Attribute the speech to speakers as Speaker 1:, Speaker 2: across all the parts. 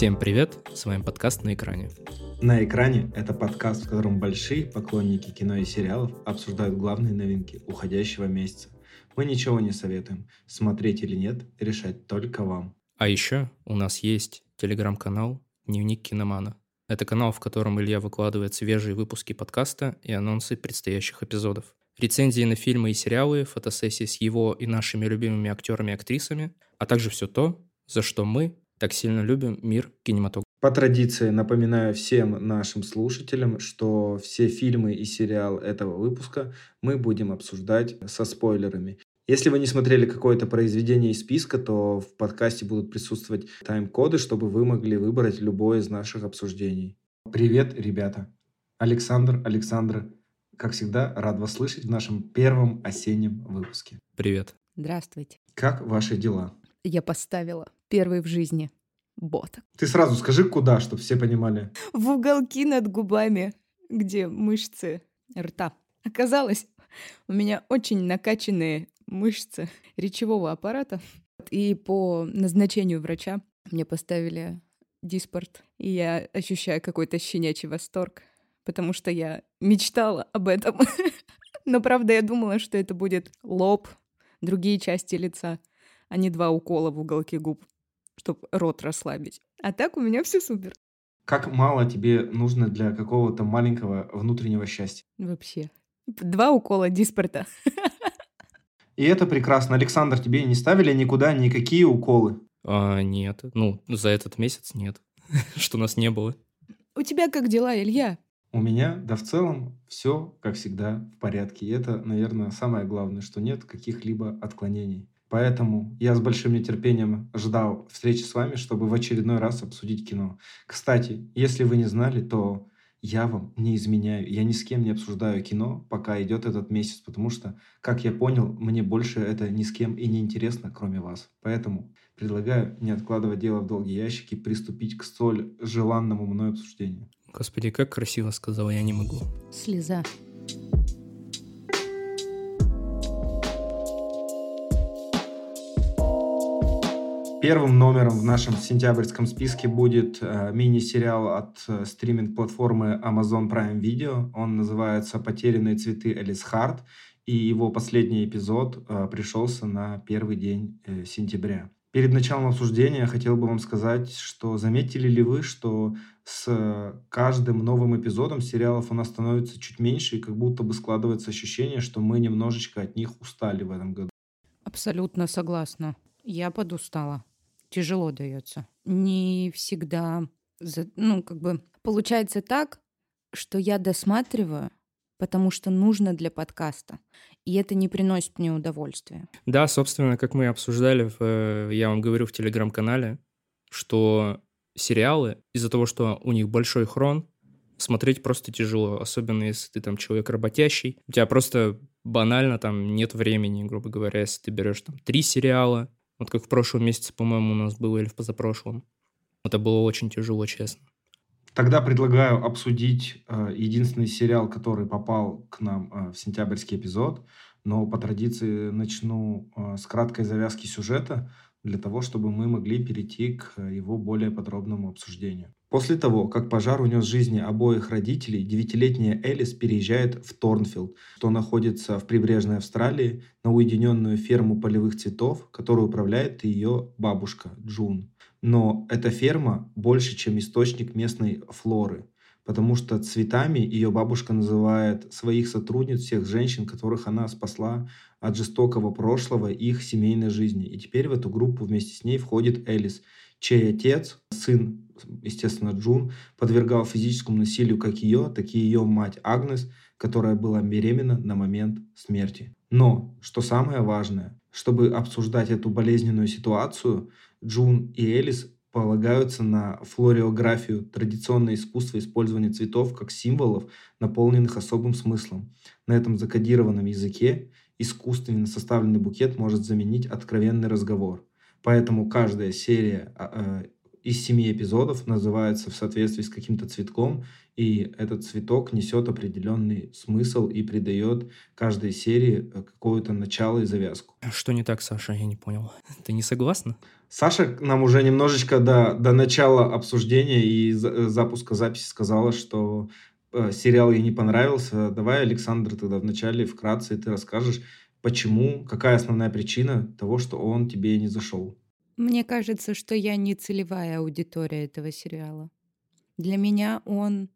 Speaker 1: Всем привет, с вами подкаст «На экране».
Speaker 2: «На экране» — это подкаст, в котором большие поклонники кино и сериалов обсуждают главные новинки уходящего месяца. Мы ничего не советуем, смотреть или нет, решать только вам.
Speaker 1: А еще у нас есть телеграм-канал «Дневник киномана». Это канал, в котором Илья выкладывает свежие выпуски подкаста и анонсы предстоящих эпизодов. Рецензии на фильмы и сериалы, фотосессии с его и нашими любимыми актерами и актрисами, а также все то, за что мы так сильно любим мир кинематографа.
Speaker 2: По традиции напоминаю всем нашим слушателям, что все фильмы и сериалы этого выпуска мы будем обсуждать со спойлерами. Если вы не смотрели какое-то произведение из списка, то в подкасте будут присутствовать тайм-коды, чтобы вы могли выбрать любое из наших обсуждений. Привет, ребята! Александра, как всегда, рад вас слышать в нашем первом осеннем выпуске.
Speaker 1: Привет.
Speaker 3: Здравствуйте.
Speaker 2: Как ваши дела?
Speaker 3: Я поставила первый в жизни ботокс.
Speaker 2: Ты сразу скажи, куда, чтобы все понимали.
Speaker 3: В уголки над губами, где мышцы рта. Оказалось, у меня очень накачанные мышцы речевого аппарата. И по назначению врача мне поставили диспорт. И я ощущаю какой-то щенячий восторг, потому что я мечтала об этом. Но, правда, я думала, что это будет лоб, другие части лица, а не 2 укола в уголке губ, чтобы рот расслабить. А так у меня все супер.
Speaker 2: Как мало тебе нужно для какого-то маленького внутреннего счастья?
Speaker 3: Вообще. 2 укола диспорта.
Speaker 2: И это прекрасно. Александр, тебе не ставили никуда никакие уколы?
Speaker 1: Нет, за этот месяц нет, что нас не было.
Speaker 3: У тебя как дела, Илья?
Speaker 2: У меня, да в целом, все, как всегда, в порядке. И это, наверное, самое главное, что нет каких-либо отклонений. Поэтому я с большим нетерпением ждал встречи с вами, чтобы в очередной раз обсудить кино. Кстати, если вы не знали, то я вам не изменяю. Я ни с кем не обсуждаю кино, пока идет этот месяц, потому что, как я понял, мне больше это ни с кем и не интересно, кроме вас. Поэтому предлагаю не откладывать дело в долгий ящик и приступить к столь желанному мной обсуждению.
Speaker 1: Господи, как красиво сказала, я не могу.
Speaker 3: Слеза.
Speaker 2: Первым номером в нашем сентябрьском списке будет мини-сериал от стриминг-платформы Amazon Prime Video. Он называется «Потерянные цветы Элис Харт», и его последний эпизод пришелся на первый день сентября. Перед началом обсуждения хотел бы вам сказать, что заметили ли вы, что с каждым новым эпизодом сериалов у нас становится чуть меньше, и как будто бы складывается ощущение, что мы немножечко от них устали в этом году.
Speaker 3: Абсолютно согласна. Я подустала. Тяжело дается. Не всегда... Получается так, что я досматриваю, потому что нужно для подкаста. И это не приносит мне удовольствия.
Speaker 1: Да, собственно, как мы обсуждали, я вам говорю в телеграм-канале, что сериалы, из-за того, что у них большой хрон, смотреть просто тяжело, особенно если ты там человек работящий. У тебя просто банально там нет времени, грубо говоря, если ты берешь там 3 сериала, вот как в прошлом месяце, по-моему, у нас было, или в позапрошлом. Это было очень тяжело, честно.
Speaker 2: Тогда предлагаю обсудить единственный сериал, который попал к нам в сентябрьский эпизод. Но по традиции начну с краткой завязки сюжета, для того, чтобы мы могли перейти к его более подробному обсуждению. После того, как пожар унес жизни обоих родителей, 9-летняя Элис переезжает в Торнфилд, что находится в прибрежной Австралии, на уединенную ферму полевых цветов, которую управляет ее бабушка Джун. Но эта ферма больше, чем источник местной флоры, потому что цветами ее бабушка называет своих сотрудниц, всех женщин, которых она спасла от жестокого прошлого их семейной жизни. И теперь в эту группу вместе с ней входит Элис, чей отец, сын, естественно, Джун, подвергал физическому насилию как ее, так и ее мать Агнес, которая была беременна на момент смерти. Но, что самое важное, чтобы обсуждать эту болезненную ситуацию, Джун и Элис полагаются на флориографию, традиционное искусство использования цветов как символов, наполненных особым смыслом. На этом закодированном языке искусственно составленный букет может заменить откровенный разговор. Поэтому каждая серия из 7 эпизодов называется в соответствии с каким-то цветком, и этот цветок несет определенный смысл и придает каждой серии какое-то начало и завязку.
Speaker 1: Что не так, Саша? Я не понял. Ты не согласна?
Speaker 2: Саша нам уже немножечко до начала обсуждения и запуска записи сказала, что сериал ей не понравился. Давай, Александр, тогда вначале вкратце ты расскажешь, почему, какая основная причина того, что он тебе не зашел.
Speaker 3: Мне кажется, что я не целевая аудитория этого сериала. Для меня он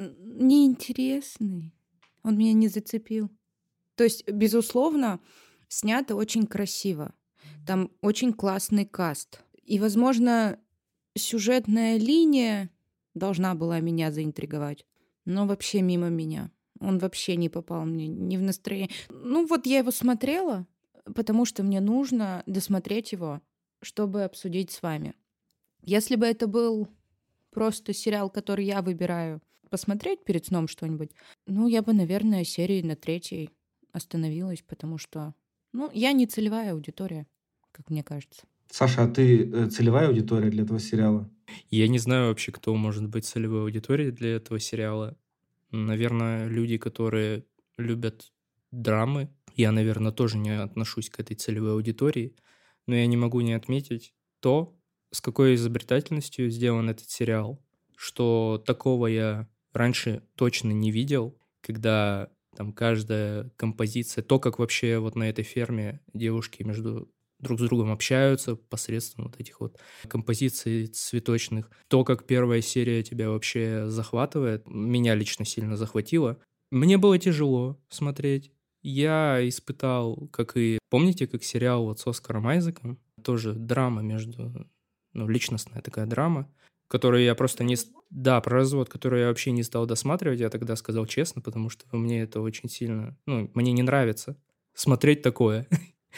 Speaker 3: неинтересный. Он меня не зацепил. То есть, безусловно, снято очень красиво. Там очень классный каст. И, возможно, сюжетная линия должна была меня заинтриговать. Но вообще мимо меня. Он вообще не попал мне ни в настроение. Ну вот я его смотрела, потому что мне нужно досмотреть его, чтобы обсудить с вами. Если бы это был просто сериал, который я выбираю посмотреть перед сном что-нибудь, ну, я бы, наверное, серии на 3 остановилась, потому что, ну, я не целевая аудитория, как мне кажется.
Speaker 2: Саша, а ты целевая аудитория для этого сериала?
Speaker 1: Я не знаю вообще, кто может быть целевой аудиторией для этого сериала. Наверное, люди, которые любят драмы. Я, наверное, тоже не отношусь к этой целевой аудитории, но я не могу не отметить то, с какой изобретательностью сделан этот сериал, что такого я раньше точно не видел, когда там каждая композиция, то, как вообще вот на этой ферме девушки между друг с другом общаются посредством вот этих вот композиций цветочных. То, как первая серия тебя вообще захватывает, меня лично сильно захватило. Мне было тяжело смотреть. Я испытал, как и... Помните, как сериал вот с Оскаром Айзеком? Тоже драма между... Ну, личностная такая драма, которую я просто не... Да, про развод, которую я вообще не стал досматривать, я тогда сказал честно, потому что мне это очень сильно... Ну, мне не нравится смотреть такое.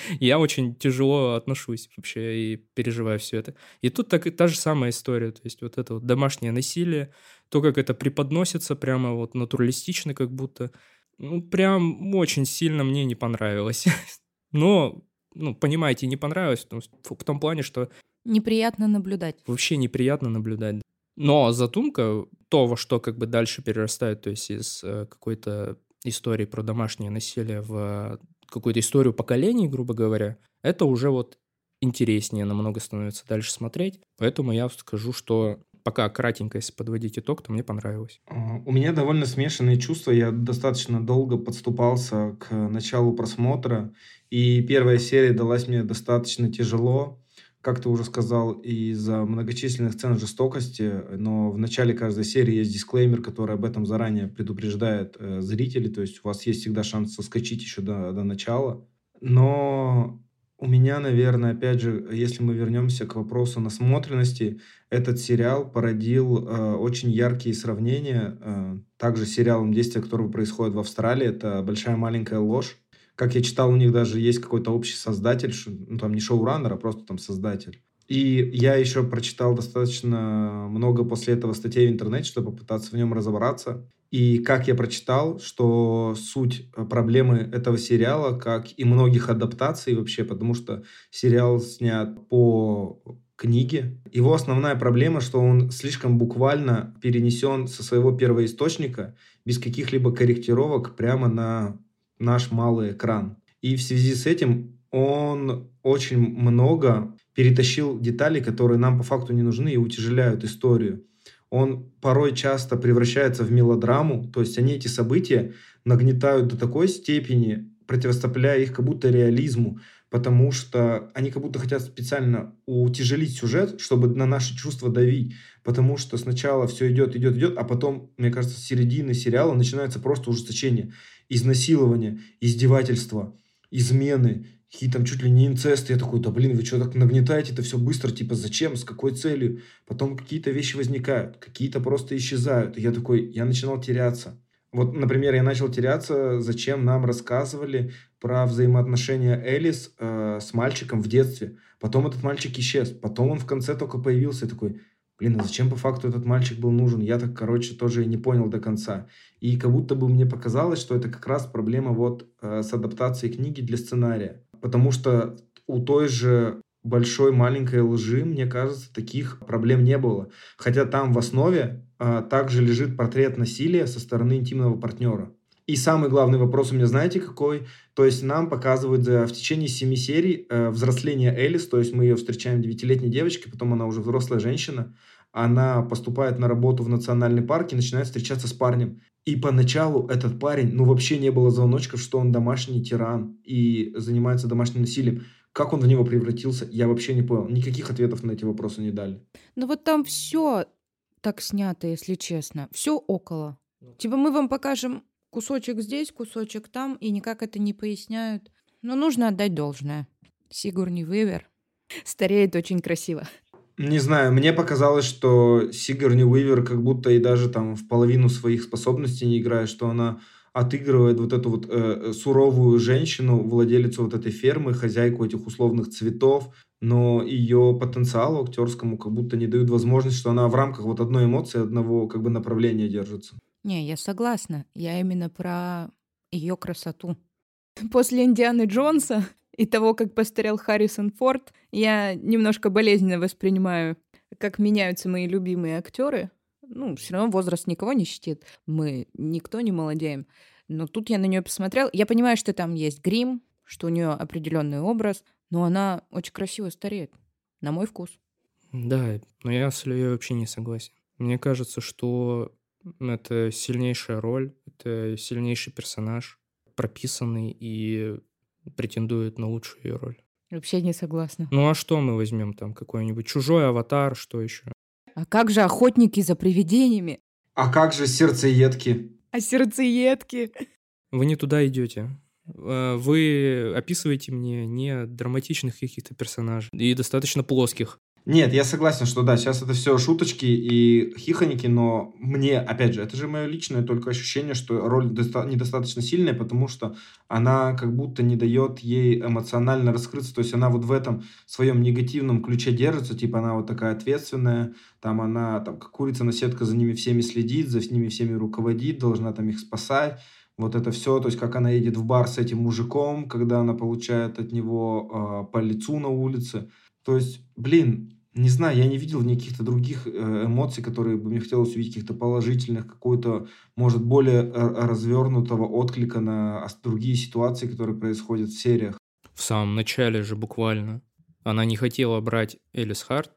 Speaker 1: Я очень тяжело отношусь вообще и переживаю все это. И тут та же самая история, то есть вот это вот домашнее насилие, то, как это преподносится прямо вот натуралистично как будто, ну, прям очень сильно мне не понравилось. Но, ну, понимаете, не понравилось в том плане, что
Speaker 3: Неприятно наблюдать.
Speaker 1: вообще неприятно наблюдать. Но задумка, то, во что как бы дальше перерастает, то есть из какой-то истории про домашнее насилие в какую-то историю поколений, грубо говоря, это уже вот интереснее намного становится дальше смотреть. Поэтому я скажу, что пока кратенько, если подводить итог, то мне понравилось.
Speaker 2: У меня довольно смешанные чувства. Я достаточно долго подступался к началу просмотра, и первая серия далась мне достаточно тяжело, как ты уже сказал, из-за многочисленных сцен жестокости, но в начале каждой серии есть дисклеймер, который об этом заранее предупреждает зрителей, то есть у вас есть всегда шанс соскочить еще до начала. Но у меня, наверное, опять же, если мы вернемся к вопросу насмотренности, этот сериал породил очень яркие сравнения. Также с сериалом, действия которого происходит в Австралии, это «Большая маленькая ложь». Как я читал, у них даже есть какой-то общий создатель, ну там не шоураннер, а просто там создатель. И я еще прочитал достаточно много после этого статей в интернете, чтобы попытаться в нем разобраться. И как я прочитал, что суть проблемы этого сериала, как и многих адаптаций вообще, потому что сериал снят по книге. Его основная проблема, что он слишком буквально перенесен со своего первоисточника, без каких-либо корректировок, прямо на наш малый экран. И в связи с этим он очень много перетащил деталей, которые нам по факту не нужны и утяжеляют историю. Он порой часто превращается в мелодраму, то есть они эти события нагнетают до такой степени, противоставляя их как будто реализму, потому что они как будто хотят специально утяжелить сюжет, чтобы на наши чувства давить, потому что сначала все идет, а потом, мне кажется, с середины сериала начинается просто ужесточение, изнасилование, издевательство, измены, какие там чуть ли не инцесты. Я такой, да блин, вы что так нагнетаете это все быстро, типа зачем, с какой целью? Потом какие-то вещи возникают, какие-то просто исчезают. И я такой, я начинал теряться. Вот, например, я начал теряться, зачем нам рассказывали про взаимоотношения Элис с мальчиком в детстве. Потом этот мальчик исчез, потом он в конце только появился. Я такой, блин, а зачем по факту этот мальчик был нужен? Я так, короче, тоже и не понял до конца. И как будто бы мне показалось, что это как раз проблема вот с адаптацией книги для сценария. Потому что у той же большой, маленькой лжи, мне кажется, таких проблем не было. Хотя там в основе также лежит портрет насилия со стороны интимного партнера. И самый главный вопрос у меня, знаете, какой? То есть нам показывают в течение 7 серий взросление Элис, то есть мы ее встречаем 9-летней девочкой, потом она уже взрослая женщина, она поступает на работу в национальный парк и начинает встречаться с парнем. И поначалу этот парень, ну вообще не было звоночков, что он домашний тиран и занимается домашним насилием. Как он в него превратился, я вообще не понял. Никаких ответов на эти вопросы не дали.
Speaker 3: Ну вот там все так снято, если честно. Все около. Типа мы вам покажем кусочек здесь, кусочек там, и никак это не поясняют. Но нужно отдать должное. Сигурни Уивер стареет очень красиво.
Speaker 2: Не знаю, мне показалось, что Сигурни Уивер как будто и даже там в половину своих способностей не играет, что она отыгрывает вот эту вот суровую женщину, владелицу вот этой фермы, хозяйку этих условных цветов, но ее потенциалу актерскому как будто не дают возможность, что она в рамках вот одной эмоции, одного как бы направления держится.
Speaker 3: Не, я согласна. Я именно про ее красоту. После Индианы Джонса и того, как постарел Харрисон Форд, я немножко болезненно воспринимаю, как меняются мои любимые актеры. Ну, все равно возраст никого не щадит. Мы никто не молодеем. Но тут я на нее посмотрел. Я понимаю, что там есть грим, что у нее определенный образ, но она очень красиво стареет, на мой вкус.
Speaker 1: Да, но я с Ильей вообще не согласен. Мне кажется, что это сильнейшая роль, это сильнейший персонаж, прописанный и претендует на лучшую ее роль.
Speaker 3: Вообще не согласна.
Speaker 1: Ну а что мы возьмем там? Какой-нибудь чужой аватар, что еще?
Speaker 3: А как же охотники за привидениями?
Speaker 2: А как же сердцеедки?
Speaker 3: А сердцеедки?
Speaker 1: Вы не туда идете. Вы описываете мне не драматичных каких-то персонажей и достаточно плоских.
Speaker 2: Нет, я согласен, что да, сейчас это все шуточки и хихоньки, но мне, опять же, это же мое личное только ощущение, что роль недостаточно сильная, потому что она как будто не дает ей эмоционально раскрыться, то есть она вот в этом своем негативном ключе держится, типа она вот такая ответственная, там она там как курица на сетка за ними всеми следит, за ними всеми руководит, должна там их спасать. Вот это все, то есть как она едет в бар с этим мужиком, когда она получает от него по лицу на улице. То есть, блин, не знаю, я не видел никаких-то других эмоций, которые бы мне хотелось увидеть, каких-то положительных, какой-то, может, более развернутого отклика на другие ситуации, которые происходят в сериях.
Speaker 1: В самом начале же буквально. Она не хотела брать Элис Харт,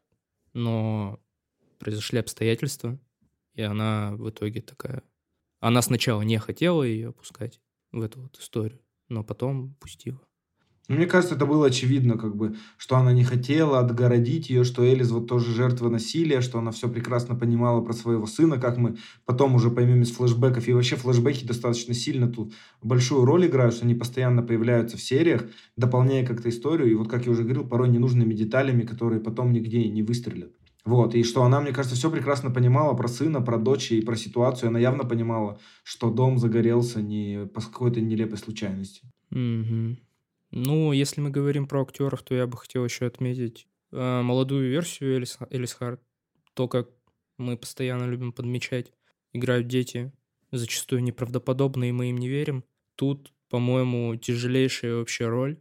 Speaker 1: но произошли обстоятельства, и она в итоге такая... Она сначала не хотела ее пускать в эту вот историю, но потом пустила.
Speaker 2: Ну, мне кажется, это было очевидно, как бы, что она не хотела отгородить ее, что Элис вот тоже жертва насилия, что она все прекрасно понимала про своего сына, как мы потом уже поймем из флешбеков. И вообще флешбеки достаточно сильно тут большую роль играют, что они постоянно появляются в сериях, дополняя как-то историю. И вот, как я уже говорил, порой ненужными деталями, которые потом нигде не выстрелят. Вот, и что она, мне кажется, все прекрасно понимала про сына, про дочь и про ситуацию. Она явно понимала, что дом загорелся не по какой-то нелепой случайности.
Speaker 1: Мгм. Ну, если мы говорим про актеров, то я бы хотел еще отметить молодую версию Элис Харт. То, как мы постоянно любим подмечать, играют дети, зачастую неправдоподобно, и мы им не верим. Тут, по-моему, тяжелейшая вообще роль.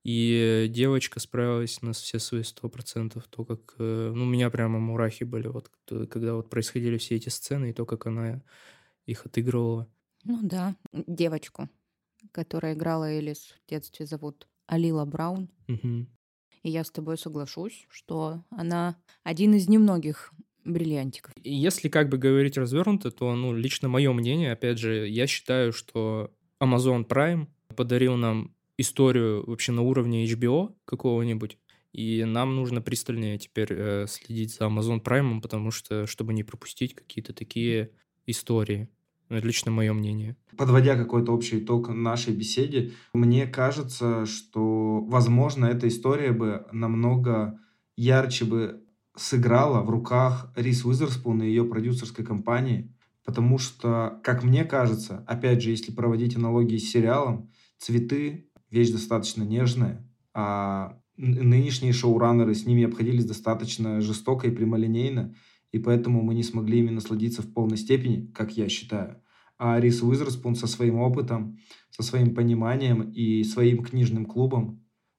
Speaker 1: И девочка справилась на все свои 100%. То, как... ну, у меня прямо мурахи были, вот, когда вот происходили все эти сцены, и то, как она их отыгрывала.
Speaker 3: Ну да, девочку, которая играла Элис в детстве, зовут Алила Браун.
Speaker 1: Мгм.
Speaker 3: И я с тобой соглашусь, что она один из немногих бриллиантиков.
Speaker 1: И если как бы говорить развернуто, то, ну, лично мое мнение, опять же, я считаю, что Amazon Prime подарил нам историю вообще на уровне HBO какого-нибудь, и нам нужно пристальнее теперь следить за Amazon Prime, потому что, чтобы не пропустить какие-то такие истории. Ну, это лично мое мнение.
Speaker 2: Подводя какой-то общий итог нашей беседе, мне кажется, что, возможно, эта история бы намного ярче бы сыграла в руках Риз Уизерспун и ее продюсерской компании, потому что, как мне кажется, опять же, если проводить аналогии с сериалом, «Цветы» — вещь достаточно нежная, а нынешние шоураннеры с ними обходились достаточно жестоко и прямолинейно, и поэтому мы не смогли ими насладиться в полной степени, как я считаю. А Риз Уизерспун со своим опытом, со своим пониманием и своим книжным клубом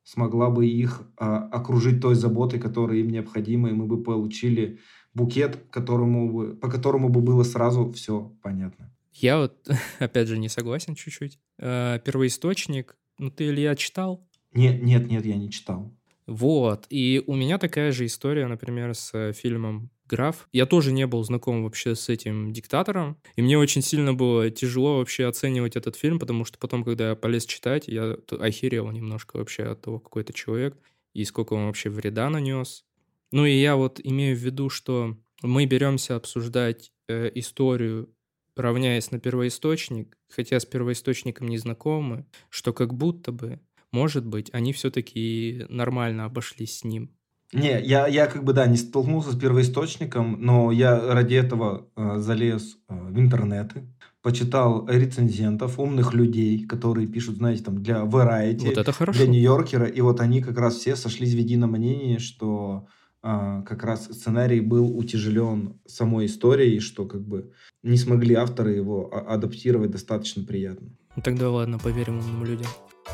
Speaker 2: смогла бы их окружить той заботой, которая им необходима, и мы бы получили букет, по которому бы было сразу все понятно.
Speaker 1: Я вот, опять же, не согласен чуть-чуть. Первоисточник, ну ты, Илья, читал?
Speaker 2: Нет, я не читал.
Speaker 1: Вот, и у меня такая же история, например, с фильмом «Граф». Я тоже не был знаком вообще с этим диктатором, и мне очень сильно было тяжело вообще оценивать этот фильм, потому что потом, когда я полез читать, я охерел немножко вообще от того, какой это человек, и сколько он вообще вреда нанес. Ну и я вот имею в виду, что мы беремся обсуждать историю, равняясь на первоисточник, хотя с первоисточником не знакомы, что как будто бы может быть, они все-таки нормально обошлись с ним.
Speaker 2: Не, я как бы, да, не столкнулся с первоисточником, но я ради этого залез в интернеты, почитал рецензентов, умных людей, которые пишут, знаете, там для
Speaker 1: Вот
Speaker 2: Variety,
Speaker 1: это
Speaker 2: для
Speaker 1: хорошо.
Speaker 2: Нью-Йоркера, и вот они как раз все сошлись в едином мнении, что как раз сценарий был утяжелен самой историей, что как бы не смогли авторы его адаптировать достаточно приятно.
Speaker 1: Ну тогда ладно, поверим умным людям.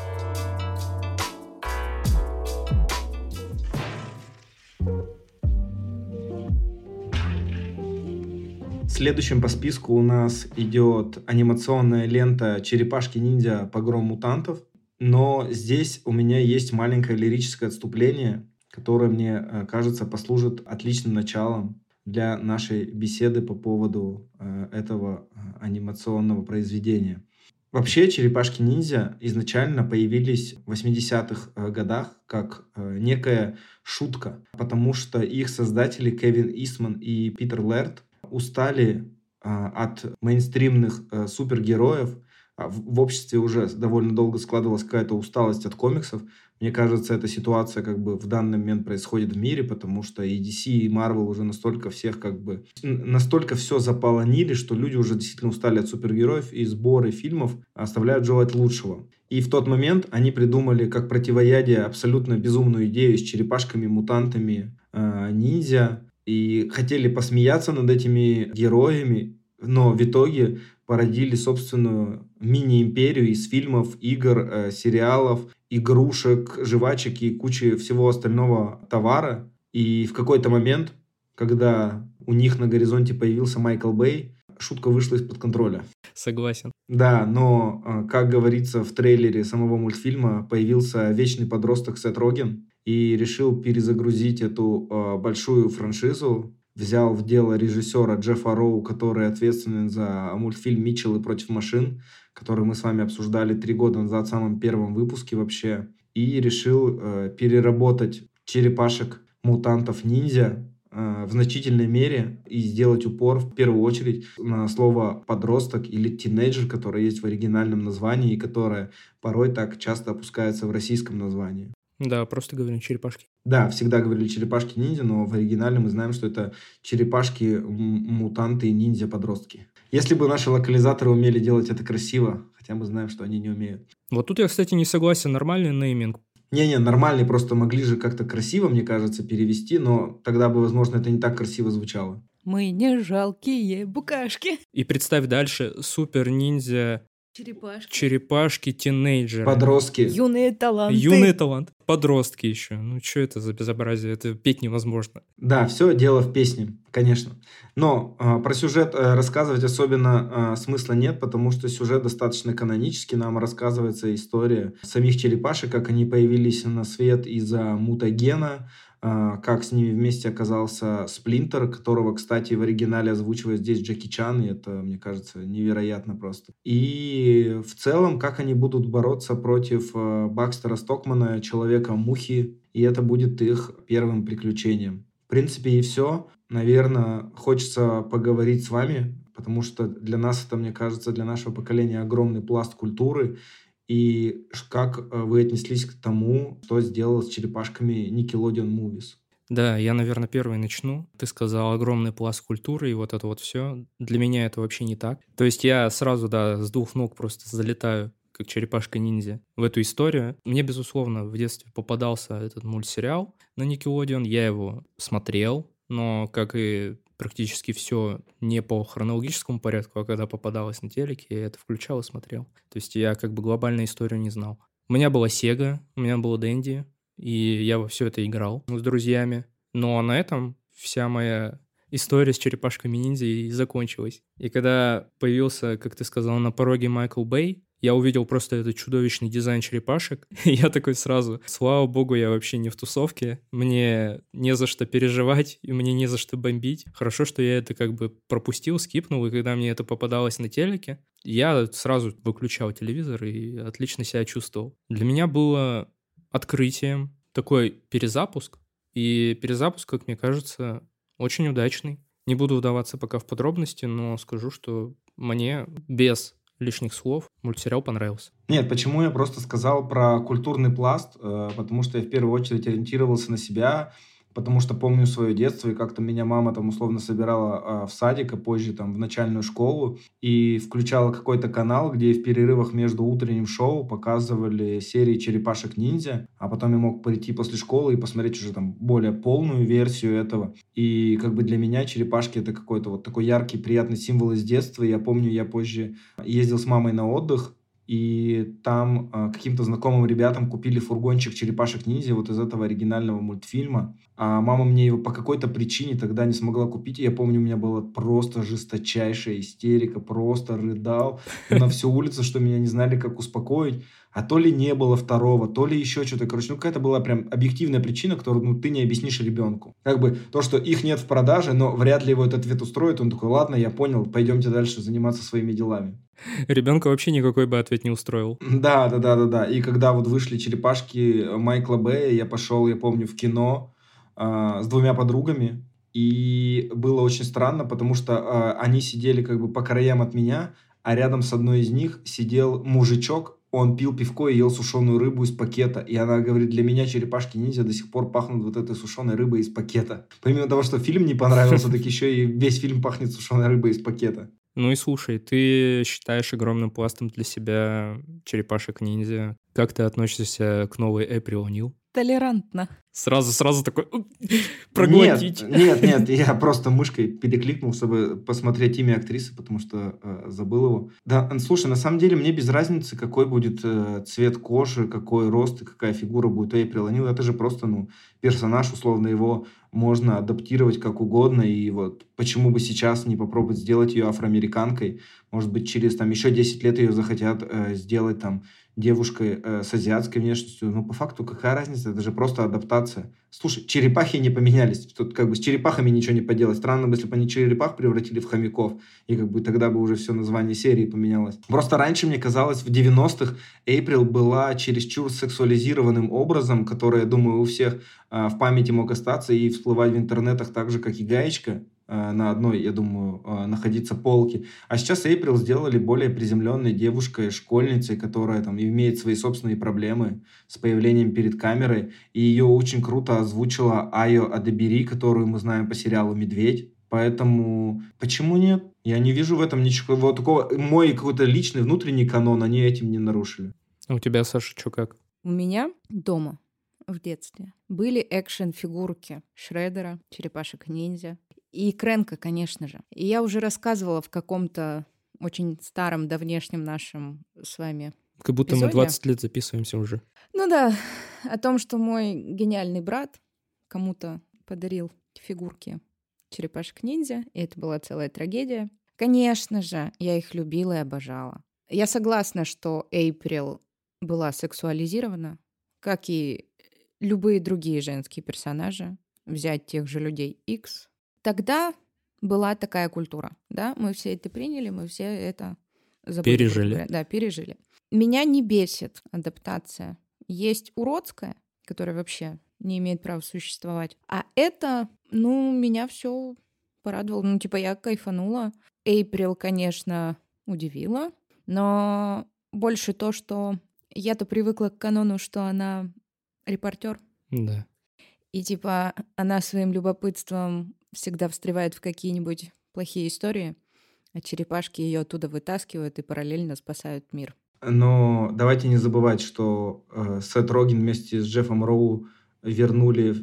Speaker 2: Следующим по списку у нас идет анимационная лента «Черепашки-ниндзя. Погром мутантов». Но здесь у меня есть маленькое лирическое отступление, которое, мне кажется, послужит отличным началом для нашей беседы по поводу этого анимационного произведения. Вообще, «Черепашки-ниндзя» изначально появились в 80-х годах как некая шутка, потому что их создатели Кевин Истман и Питер Лэрд устали от мейнстримных супергероев. В обществе уже довольно долго складывалась какая-то усталость от комиксов. Мне кажется, эта ситуация как бы в данный момент происходит в мире, потому что и DC, и Marvel уже настолько всех как бы... Настолько все заполонили, что люди уже действительно устали от супергероев, и сборы фильмов оставляют желать лучшего. И в тот момент они придумали как противоядие абсолютно безумную идею с черепашками, мутантами, ниндзя, и хотели посмеяться над этими героями, но в итоге породили собственную мини-империю из фильмов, игр, сериалов, игрушек, жвачек и кучи всего остального товара. И в какой-то момент, когда у них на горизонте появился Майкл Бэй, шутка вышла из-под контроля.
Speaker 1: Согласен.
Speaker 2: Да, но, как говорится в трейлере самого мультфильма, появился вечный подросток Сет Роген и решил перезагрузить эту большую франшизу. Взял в дело режиссера Джеффа Роу, который ответственен за мультфильм «Митчеллы против машин», который мы с вами обсуждали 3 года назад в самом первом выпуске вообще, и решил переработать черепашек-мутантов-ниндзя в значительной мере и сделать упор в первую очередь на слово «подросток» или «тинейджер», которое есть в оригинальном названии и которое порой так часто опускается в российском названии.
Speaker 1: Да, просто говорю черепашки.
Speaker 2: Да, всегда говорили черепашки-ниндзя, но в оригинале мы знаем, что это черепашки-мутанты и ниндзя-подростки. Если бы наши локализаторы умели делать это красиво, хотя мы знаем, что они не умеют.
Speaker 1: Вот тут я, кстати, не согласен. Нормальный нейминг.
Speaker 2: Не-не, нормальный, просто могли же как-то красиво, мне кажется, перевести, но тогда бы, возможно, это не так красиво звучало.
Speaker 3: Мы не жалкие букашки.
Speaker 1: И представь дальше супер-ниндзя,
Speaker 3: Черепашки.
Speaker 1: черепашки, тинейджеры.
Speaker 2: Подростки.
Speaker 3: Юные таланты.
Speaker 1: Юный талант. Подростки еще. Ну, что это за безобразие? Это петь невозможно.
Speaker 2: Да, все дело в песне, конечно. Но про сюжет рассказывать особенно смысла нет, потому что сюжет достаточно канонический. Нам рассказывается история самих черепашек, как они появились на свет из-за мутагена, как с ними вместе оказался Сплинтер, которого, кстати, в оригинале озвучивает здесь Джеки Чан, и это, мне кажется, невероятно просто. И в целом, как они будут бороться против Бакстера Стокмана, Человека-мухи, и это будет их первым приключением. В принципе, и все. Наверное, хочется поговорить с вами, потому что для нас это, мне кажется, для нашего поколения огромный пласт культуры. И как вы отнеслись к тому, что сделал с черепашками Nickelodeon Movies?
Speaker 1: Да, я, наверное, первый начну. Ты сказал огромный пласт культуры и вот это вот все. Для меня это вообще не так. То есть я сразу, да, с двух ног просто залетаю, как черепашка-ниндзя, в эту историю. Мне, безусловно, в детстве попадался этот мультсериал на Nickelodeon. Я его смотрел, но, как и практически все, не по хронологическому порядку, а когда попадалось на телеке, я это включал и смотрел. То есть я как бы глобальную историю не знал. У меня была Sega, у меня было Dendy, и я во все это играл с друзьями. Но на этом вся моя история с черепашками-ниндзя и закончилась. И когда появился, как ты сказал, на пороге Майкл Бэй, я увидел просто этот чудовищный дизайн черепашек, и я такой сразу: слава богу, я вообще не в тусовке, мне не за что переживать, и мне не за что бомбить. Хорошо, что я это как бы пропустил, скипнул, и когда мне это попадалось на телеке, я сразу выключал телевизор и отлично себя чувствовал. Для меня было открытием такой перезапуск, и перезапуск, как мне кажется, очень удачный. Не буду вдаваться пока в подробности, но скажу, что мне без лишних слов мультсериал понравился.
Speaker 2: Нет, почему я просто сказал про культурный пласт, потому что я в первую очередь ориентировался на себя, потому что помню свое детство, и как-то меня мама там условно собирала в садик, а позже там в начальную школу, и включала какой-то канал, где в перерывах между утренним шоу показывали серии «Черепашек-ниндзя», а потом я мог прийти после школы и посмотреть уже там более полную версию этого. И как бы для меня черепашки — это какой-то вот такой яркий, приятный символ из детства. Я помню, я позже ездил с мамой на отдых, и там каким-то знакомым ребятам купили фургончик «Черепашек-ниндзя» вот из этого оригинального мультфильма. А мама мне его по какой-то причине тогда не смогла купить. И я помню, у меня была просто жесточайшая истерика, просто рыдал на всю улицу, что меня не знали, как успокоить. А то ли не было второго, то ли еще что-то. Короче, ну какая-то была прям объективная причина, которую ты не объяснишь ребенку. Как бы то, что их нет в продаже, но вряд ли его этот ответ устроит. Он такой: ладно, я понял, пойдемте дальше заниматься своими делами.
Speaker 1: Ребенка вообще никакой бы ответ не устроил.
Speaker 2: Да. И когда вот вышли черепашки Майкла Бэя, я пошел, я помню, в кино с двумя подругами. И было очень странно, потому что они сидели как бы по краям от меня, а рядом с одной из них сидел мужичок. Он пил пивко и ел сушеную рыбу из пакета. И она говорит: для меня черепашки-ниндзя до сих пор пахнут вот этой сушеной рыбой из пакета. Помимо того, что фильм не понравился, так еще и весь фильм пахнет сушеной рыбой из пакета.
Speaker 1: Ну и слушай, ты считаешь огромным пластом для себя черепашек-ниндзя. Как ты относишься к новой Эприл О'Нил?
Speaker 3: Толерантно.
Speaker 1: Сразу такой проглотить.
Speaker 2: Нет, я просто мышкой перекликнул, чтобы посмотреть имя актрисы, потому что забыл его. Да, слушай, на самом деле мне без разницы, какой будет цвет кожи, какой рост и какая фигура будет у Эйприл О'Нил. Это же просто, персонаж, условно, его можно адаптировать как угодно. И вот почему бы сейчас не попробовать сделать ее афроамериканкой? Может быть, через там еще 10 лет ее захотят сделать там девушкой с азиатской внешностью. Но по факту какая разница? Это же просто адаптация. Слушай, черепахи не поменялись. Тут как бы с черепахами ничего не поделать. Странно, если бы они черепах превратили в хомяков, и как бы тогда бы уже все название серии поменялось. Просто раньше, мне казалось, в 90-х Эйприл была чересчур сексуализированным образом, который, я думаю, у всех в памяти мог остаться и всплывать в интернетах так же, как и Гаечка на одной, я думаю, находиться полке. А сейчас Эйприл сделали более приземленной девушкой, школьницей, которая там имеет свои собственные проблемы с появлением перед камерой. И ее очень круто озвучила Айо Адебери, которую мы знаем по сериалу «Медведь». Поэтому почему нет? Я не вижу в этом ничего такого. Мой какой-то личный внутренний канон они этим не нарушили.
Speaker 1: А у тебя, Саша, что как?
Speaker 3: У меня дома в детстве были экшен-фигурки Шреддера, черепашек-ниндзя и Крэнка, конечно же. И я уже рассказывала в каком-то очень старом, давнешнем нашем с вами
Speaker 1: Как будто
Speaker 3: эпизоде.
Speaker 1: мы 20 лет записываемся уже.
Speaker 3: Ну да, о том, что мой гениальный брат кому-то подарил фигурки черепашек-ниндзя, и это была целая трагедия. Конечно же, я их любила и обожала. Я согласна, что Эйприл была сексуализирована, как и любые другие женские персонажи. Взять тех же людей X. Тогда была такая культура, да? Мы все это приняли, мы все это забыли.
Speaker 1: Пережили.
Speaker 3: Да, пережили. Меня не бесит адаптация. Есть уродская, которая вообще не имеет права существовать. А это, меня все порадовало. Я кайфанула. Эйприл, конечно, удивила, но больше то, что я-то привыкла к канону, что она репортер.
Speaker 1: Да.
Speaker 3: И она своим любопытством всегда встревает в какие-нибудь плохие истории, а черепашки ее оттуда вытаскивают и параллельно спасают мир.
Speaker 2: Но давайте не забывать, что Сет Роген вместе с Джеффом Роу вернули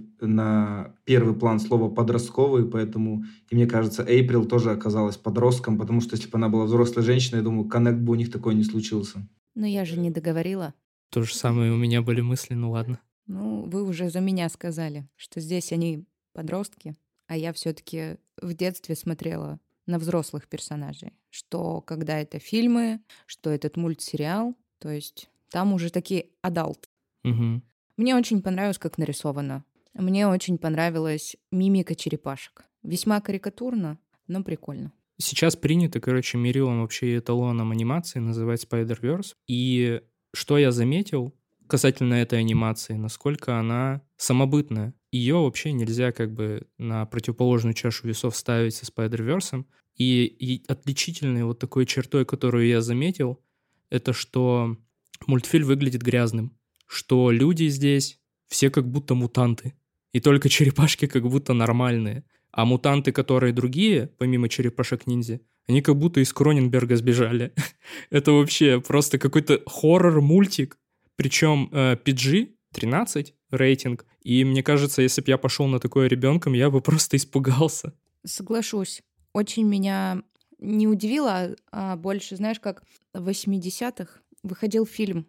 Speaker 2: на первый план слово «подростковый», поэтому, и мне кажется, Эйприл тоже оказалась подростком, потому что если бы она была взрослой женщиной, я думаю, коннект бы у них такой не случился.
Speaker 3: Но я же не договорила.
Speaker 1: То же самое у меня были мысли, ну ладно.
Speaker 3: Ну, вы уже за меня сказали, что здесь они подростки, а я все-таки в детстве смотрела на взрослых персонажей. Что когда это фильмы, что этот мультсериал, то есть там уже такие адалт.
Speaker 1: Мгм.
Speaker 3: Мне очень понравилось, как нарисовано. Мне очень понравилась мимика черепашек. Весьма карикатурно, но прикольно.
Speaker 1: Сейчас принято, короче, мерилом вообще и эталоном анимации называть Spider-Verse. И что я заметил касательно этой анимации, насколько она самобытная. Ее вообще нельзя как бы на противоположную чашу весов ставить со Spider-Verse. И отличительной вот такой чертой, которую я заметил, это что мультфильм выглядит грязным. Что люди здесь все как будто мутанты. И только черепашки как будто нормальные. А мутанты, которые другие, помимо черепашек-ниндзя, они как будто из Кроненберга сбежали. Это вообще просто какой-то хоррор-мультик. Причем PG-13 рейтинг. И мне кажется, если бы я пошел на такое ребенком, я бы просто испугался.
Speaker 3: Соглашусь. Очень меня не удивило, а больше, знаешь, как в 80-х выходил фильм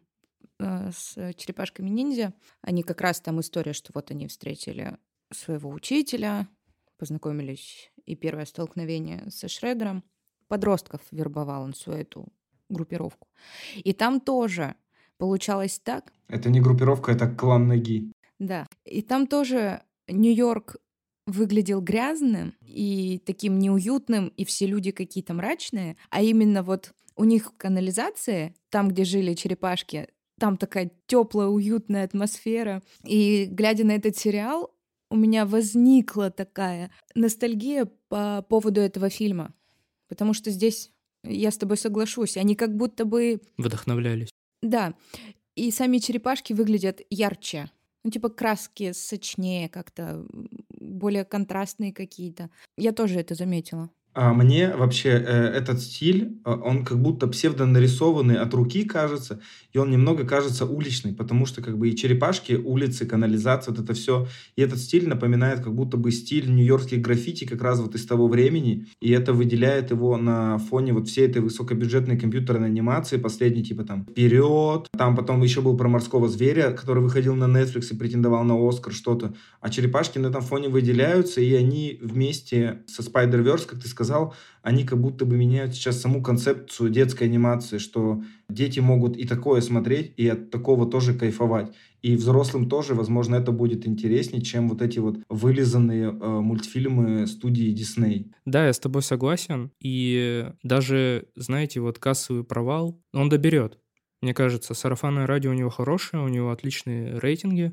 Speaker 3: с черепашками-ниндзя. Они как раз там история, что вот они встретили своего учителя, познакомились, и первое столкновение со Шреддером. Подростков вербовал он всю эту группировку. И там тоже получалось так,
Speaker 2: Это не группировка, это клан Ноги.
Speaker 3: да. И там тоже Нью-Йорк выглядел грязным и таким неуютным, и все люди какие-то мрачные, а именно вот у них в канализации, там, где жили черепашки, там такая теплая, уютная атмосфера. И глядя на этот сериал, у меня возникла такая ностальгия по поводу этого фильма. Потому что здесь, я с тобой соглашусь, они как будто бы...
Speaker 1: Вдохновлялись.
Speaker 3: Да, и сами черепашки выглядят ярче. Ну, типа краски сочнее как-то, более контрастные какие-то. Я тоже это заметила.
Speaker 2: А мне вообще этот стиль, он как будто псевдонарисованный от руки кажется, и он немного кажется уличный, потому что как бы и черепашки, улицы, канализация, вот это все. И этот стиль напоминает как будто бы стиль нью-йоркских граффити как раз вот из того времени, и это выделяет его на фоне вот всей этой высокобюджетной компьютерной анимации, последней типа там «Вперед», там потом еще был про морского зверя, который выходил на Netflix и претендовал на Оскар, что-то. А черепашки на этом фоне выделяются, и они вместе со Spider-Verse, как ты сказал, они как будто бы меняют сейчас саму концепцию детской анимации, что дети могут и такое смотреть, и от такого тоже кайфовать. И взрослым тоже, возможно, это будет интереснее, чем вот эти вот вылизанные мультфильмы студии Disney.
Speaker 1: Да, я с тобой согласен. И даже, знаете, вот кассовый провал, он доберет. Мне кажется, сарафанное радио у него хорошее, у него отличные рейтинги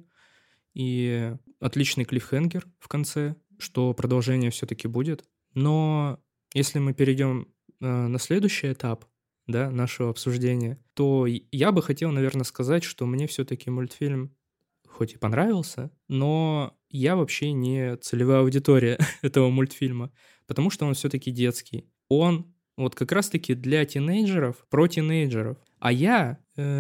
Speaker 1: и отличный клиффхенгер в конце, что продолжение все-таки будет. Но если мы перейдем на следующий этап, да, нашего обсуждения, то я бы хотел, наверное, сказать, что мне все-таки мультфильм хоть и понравился, но я вообще не целевая аудитория этого мультфильма, потому что он все-таки детский. Он вот как раз-таки для тинейджеров, про тинейджеров. А я...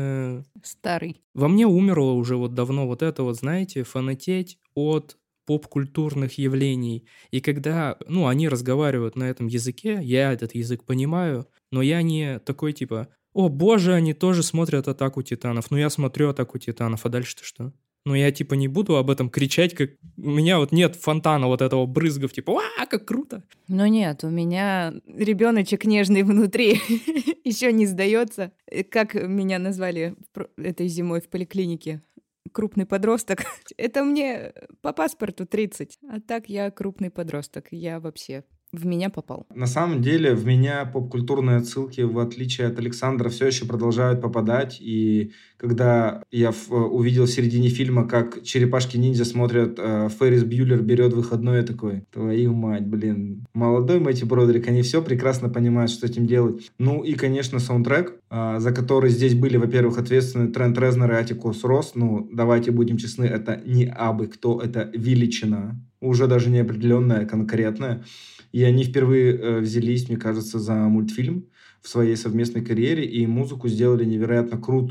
Speaker 3: Старый.
Speaker 1: Во мне умерло уже вот давно вот это вот, знаете, фанатеть от поп-культурных явлений. И когда, ну, они разговаривают на этом языке, я этот язык понимаю, но я не такой типа, о боже, они тоже смотрят «Атаку Титанов», ну я смотрю «Атаку Титанов», а дальше-то что? Ну я типа не буду об этом кричать, как у меня вот нет фонтана вот этого брызгов, типа, как круто.
Speaker 3: Но нет, у меня ребеночек нежный внутри еще не сдается. Как меня назвали этой зимой в поликлинике? Крупный подросток. Это мне по паспорту 30. А так я крупный подросток. Я вообще в меня попал.
Speaker 2: На самом деле в меня поп-культурные отсылки, в отличие от Александра, все еще продолжают попадать. И когда я увидел в середине фильма, как черепашки-ниндзя смотрят, Феррис Бьюлер берет выходной, я такой, твою мать, блин. Молодой Мэтью Бродерик, они все прекрасно понимают, что с этим делать. Ну и, конечно, саундтрек, за который здесь были, во-первых, ответственны Трент Резнор и Атикус Росс. Ну, давайте будем честны, это не абы кто, это величина. Уже даже неопределенная, конкретная. И они впервые взялись, мне кажется, за мультфильм в своей совместной карьере, и музыку сделали невероятно круто.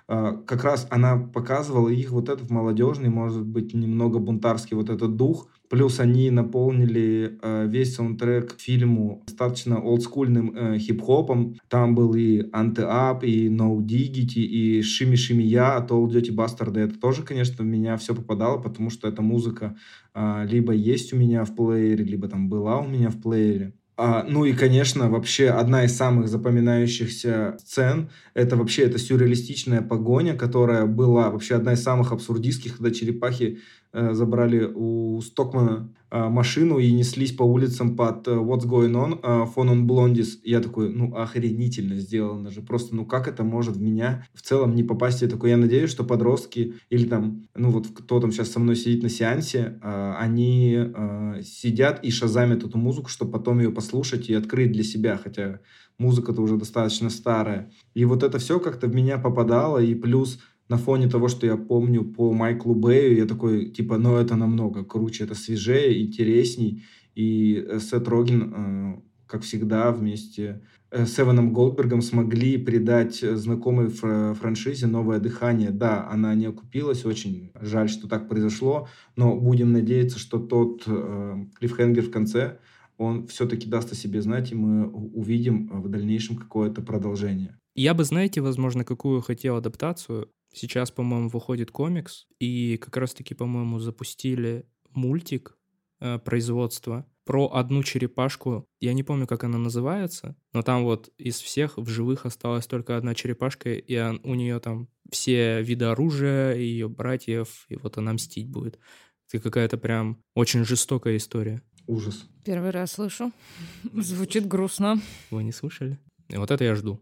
Speaker 2: как раз она показывала их вот этот молодежный, может быть, немного бунтарский вот этот дух. Плюс они наполнили весь саундтрек к фильму достаточно олдскульным хип-хопом. Там был и Ante-Up, и No Diggity, и Shimmy Shimmy Ya от Old Dirty Bastard. Это тоже, конечно, в меня все попадало, потому что эта музыка либо есть у меня в плеере, либо там была у меня в плеере. Ну и, конечно, вообще одна из самых запоминающихся сцен это сюрреалистичная погоня, которая была вообще одна из самых абсурдистских, когда черепахи забрали у Стокмана машину и неслись по улицам под What's Going On, Phone on Blondies. Я такой, охренительно сделано же. Просто, как это может в меня в целом не попасть? Я такой, я надеюсь, что подростки или там, кто там сейчас со мной сидит на сеансе, они сидят и шазамят эту музыку, чтобы потом ее послушать и открыть для себя, хотя музыка-то уже достаточно старая. И вот это все как-то в меня попадало, и плюс на фоне того, что я помню по Майклу Бэю, я такой, это намного круче, это свежее, интересней. И Сет Роген, как всегда, вместе с Эваном Голдбергом смогли придать знакомой франшизе новое дыхание. Да, она не окупилась, очень жаль, что так произошло, но будем надеяться, что тот клиффхенгер в конце, он все-таки даст о себе знать, и мы увидим в дальнейшем какое-то продолжение.
Speaker 1: Я бы, знаете, возможно, какую хотел адаптацию. Сейчас, по-моему, выходит комикс, и как раз-таки, по-моему, запустили мультик производства про одну черепашку. Я не помню, как она называется, но там вот из всех в живых осталась только одна черепашка, и у нее там все виды оружия, ее братьев, и вот она мстить будет. Это какая-то прям очень жестокая история.
Speaker 2: Ужас.
Speaker 3: Первый раз слышу. Звучит грустно.
Speaker 1: Вы не слышали? И вот это я жду.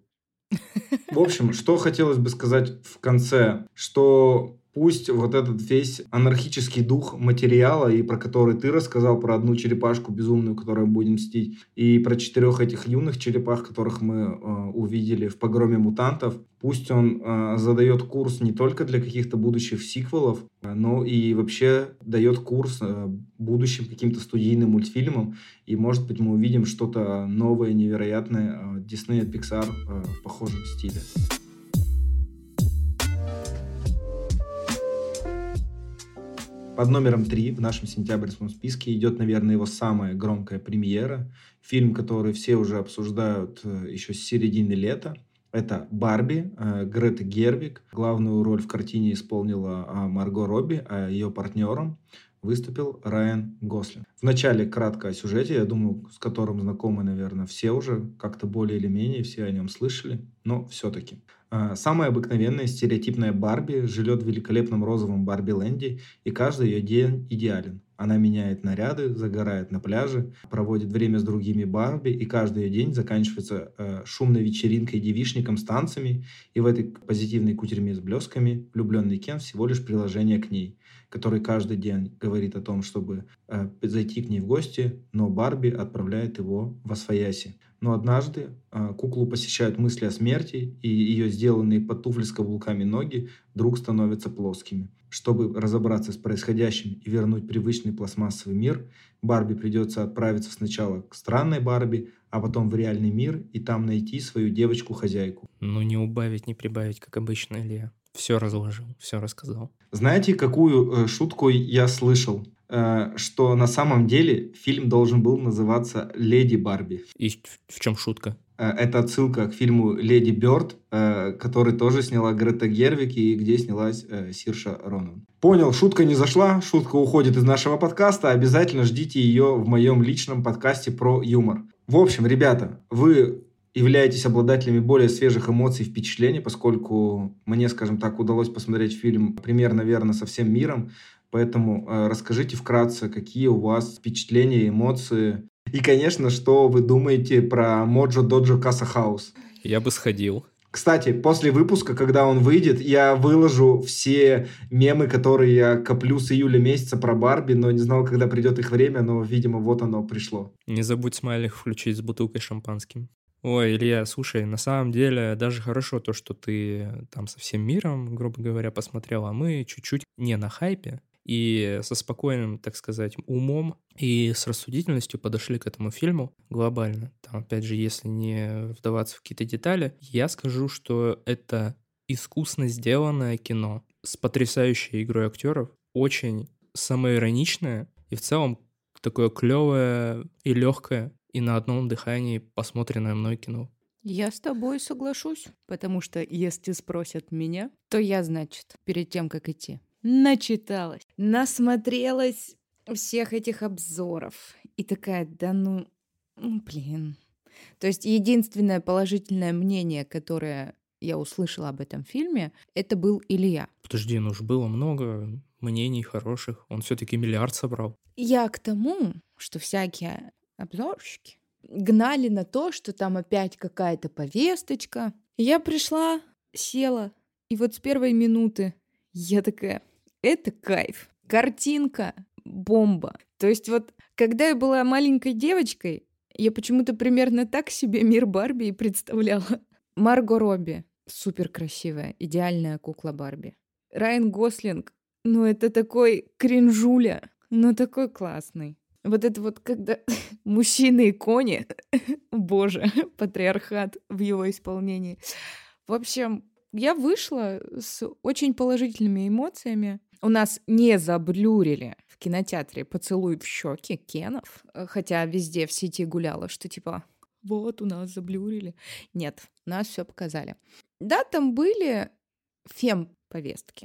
Speaker 2: В общем, что хотелось бы сказать в конце, что пусть вот этот весь анархический дух материала, и про который ты рассказал, про одну черепашку безумную, которую будем мстить, и про 4 этих юных черепах, которых мы увидели в «Погроме мутантов», пусть он задает курс не только для каких-то будущих сиквелов, но и вообще дает курс будущим каким-то студийным мультфильмам. И, может быть, мы увидим что-то новое, невероятное от Disney, от Pixar в похожем стиле. Под номером 3 в нашем сентябрьском списке идет, наверное, его самая громкая премьера. Фильм, который все уже обсуждают еще с середины лета. Это «Барби» Греты Гервиг. Главную роль в картине исполнила Марго Робби, а ее партнером выступил Райан Гослинг. Вначале кратко о сюжете, я думаю, с которым знакомы, наверное, все уже, как-то более или менее, все о нем слышали, но все-таки. Самая обыкновенная стереотипная Барби живет в великолепном розовом Барби-ленде, и каждый ее день идеален. Она меняет наряды, загорает на пляже, проводит время с другими Барби, и каждый ее день заканчивается шумной вечеринкой девичником с танцами, и в этой позитивной кутерьме с блесками влюбленный Кен всего лишь приложение к ней, который каждый день говорит о том, чтобы зайти к ней в гости, но Барби отправляет его восвояси. Но однажды куклу посещают мысли о смерти, и ее сделанные под туфли с каблуками ноги вдруг становятся плоскими. Чтобы разобраться с происходящим и вернуть привычный пластмассовый мир, Барби придется отправиться сначала к странной Барби, а потом в реальный мир и там найти свою девочку-хозяйку.
Speaker 1: Не убавить, не прибавить, как обычно, Илья. Все разложил, все рассказал.
Speaker 2: Знаете, какую шутку я слышал? Что на самом деле фильм должен был называться «Леди Барби».
Speaker 1: И в чем шутка?
Speaker 2: Это отсылка к фильму «Леди Бёрд», который тоже сняла Грета Гервиг и где снялась Сирша Ронан. Понял, шутка не зашла, шутка уходит из нашего подкаста. Обязательно ждите ее в моем личном подкасте про юмор. В общем, ребята, вы являетесь обладателями более свежих эмоций и впечатлений, поскольку мне, скажем так, удалось посмотреть фильм примерно, наверное, со всем миром. Поэтому расскажите вкратце, какие у вас впечатления, эмоции. И, конечно, что вы думаете про Моджо Доджо Каса Хаус.
Speaker 1: Я бы сходил.
Speaker 2: Кстати, после выпуска, когда он выйдет, я выложу все мемы, которые я коплю с июля месяца про Барби, но не знал, когда придет их время, но, видимо, вот оно пришло.
Speaker 1: Не забудь смайлик включить с бутылкой шампанским. Ой, Илья, слушай, на самом деле даже хорошо то, что ты там со всем миром, грубо говоря, посмотрел, а мы чуть-чуть не на хайпе и со спокойным, так сказать, умом и с рассудительностью подошли к этому фильму глобально. Там, опять же, если не вдаваться в какие-то детали, я скажу, что это искусно сделанное кино с потрясающей игрой актеров, очень самоироничное и в целом такое клевое и легкое, и на одном дыхании посмотренное мной кино.
Speaker 3: Я с тобой соглашусь, потому что если спросят меня, то я, значит, перед тем, как идти, начиталась, насмотрелась всех этих обзоров. И такая, да блин. То есть единственное положительное мнение, которое я услышала об этом фильме, это был Илья.
Speaker 1: Подожди, ну уж было много мнений хороших. Он все-таки миллиард собрал.
Speaker 3: Я к тому, что всякие обзорщики гнали на то, что там опять какая-то повесточка. Я пришла, села, и вот с первой минуты я такая, это кайф. Картинка бомба. То есть вот, когда я была маленькой девочкой, я почему-то примерно так себе мир Барби и представляла. Марго Робби супер красивая, идеальная кукла Барби. Райан Гослинг, ну это такой кринжуля, но такой классный. Вот это вот, когда мужчины и кони, боже, патриархат в его исполнении. В общем, я вышла с очень положительными эмоциями. У нас не заблюрили в кинотеатре «Поцелуй в щеки» Кенов, хотя везде в сети гуляло, что типа вот у нас заблюрили. Нет, нас все показали. Да, там были фем-повестки,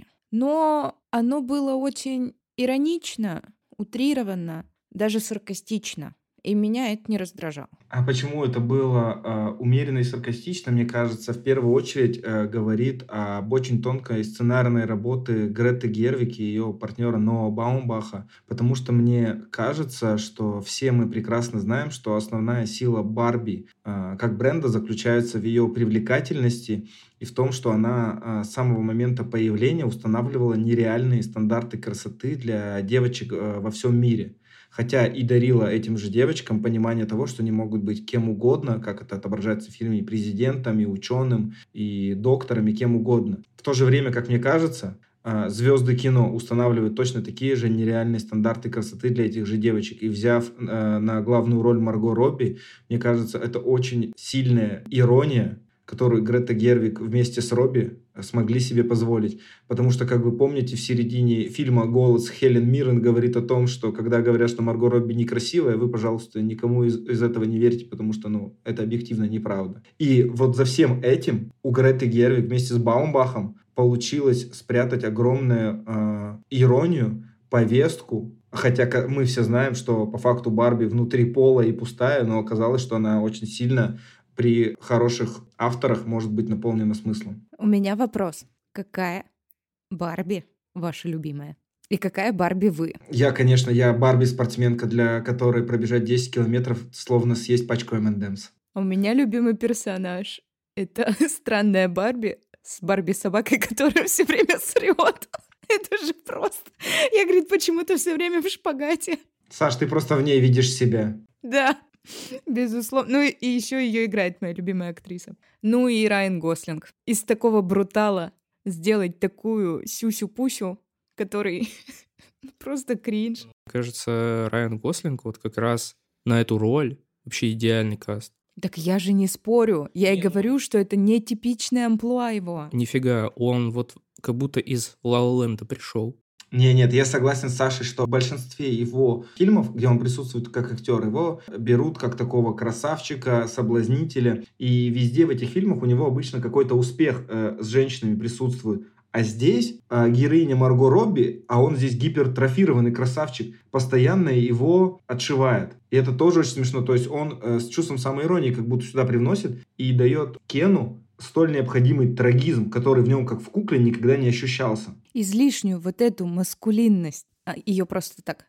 Speaker 3: но оно было очень иронично, утрированно, даже саркастично. И меня это не раздражало.
Speaker 2: А почему это было умеренно и саркастично, мне кажется, в первую очередь говорит об очень тонкой сценарной работы Греты Гервиг и ее партнера Ноа Баумбаха, потому что мне кажется, что все мы прекрасно знаем, что основная сила Барби как бренда заключается в ее привлекательности и в том, что она с самого момента появления устанавливала нереальные стандарты красоты для девочек во всем мире. Хотя и дарила этим же девочкам понимание того, что они могут быть кем угодно, как это отображается в фильме, и президентом, и ученым, и доктором, и кем угодно. В то же время, как мне кажется, звезды кино устанавливают точно такие же нереальные стандарты красоты для этих же девочек. И взяв на главную роль Марго Робби, мне кажется, это очень сильная ирония, которую Грета Гервиг вместе с Робби смогли себе позволить. Потому что, как вы помните, в середине фильма «Голос» Хелен Миррен говорит о том, что когда говорят, что Марго Робби некрасивая, вы, пожалуйста, никому из этого не верьте, потому что, это объективно неправда. И вот за всем этим у Греты Гервиг вместе с Баумбахом получилось спрятать огромную иронию, повестку. Хотя мы все знаем, что по факту Барби внутри пола и пустая, но оказалось, что она очень сильно при хороших авторах может быть наполнена смыслом.
Speaker 3: У меня вопрос. Какая Барби ваша любимая? И какая Барби вы?
Speaker 2: Я Барби-спортсменка, для которой пробежать 10 километров словно съесть пачку M&M's.
Speaker 3: У меня любимый персонаж. Это странная Барби с Барби-собакой, которая все время срет. Это же просто... Я, говорит, почему-то все время в шпагате.
Speaker 2: Саш, ты просто в ней видишь себя.
Speaker 3: Да. Безусловно. Ну и еще ее играет моя любимая актриса. Ну и Райан Гослинг. Из такого брутала сделать такую сюсю-пусю, который просто кринж.
Speaker 1: Кажется, Райан Гослинг вот как раз на эту роль вообще идеальный каст.
Speaker 3: Так я же не спорю. Я и говорю, что это нетипичная амплуа его.
Speaker 1: Нифига, он вот как будто из Ла Ла Ленда пришел.
Speaker 2: Нет, я согласен с Сашей, что в большинстве его фильмов, где он присутствует как актер, его берут как такого красавчика, соблазнителя. И везде в этих фильмах у него обычно какой-то успех с женщинами присутствует. А здесь героиня Марго Робби, а он здесь гипертрофированный красавчик, постоянно его отшивает. И это тоже очень смешно. То есть он с чувством самоиронии как будто сюда привносит и дает Кену столь необходимый трагизм, который в нем, как в кукле, никогда не ощущался.
Speaker 3: Излишнюю вот эту маскулинность. Ее просто так...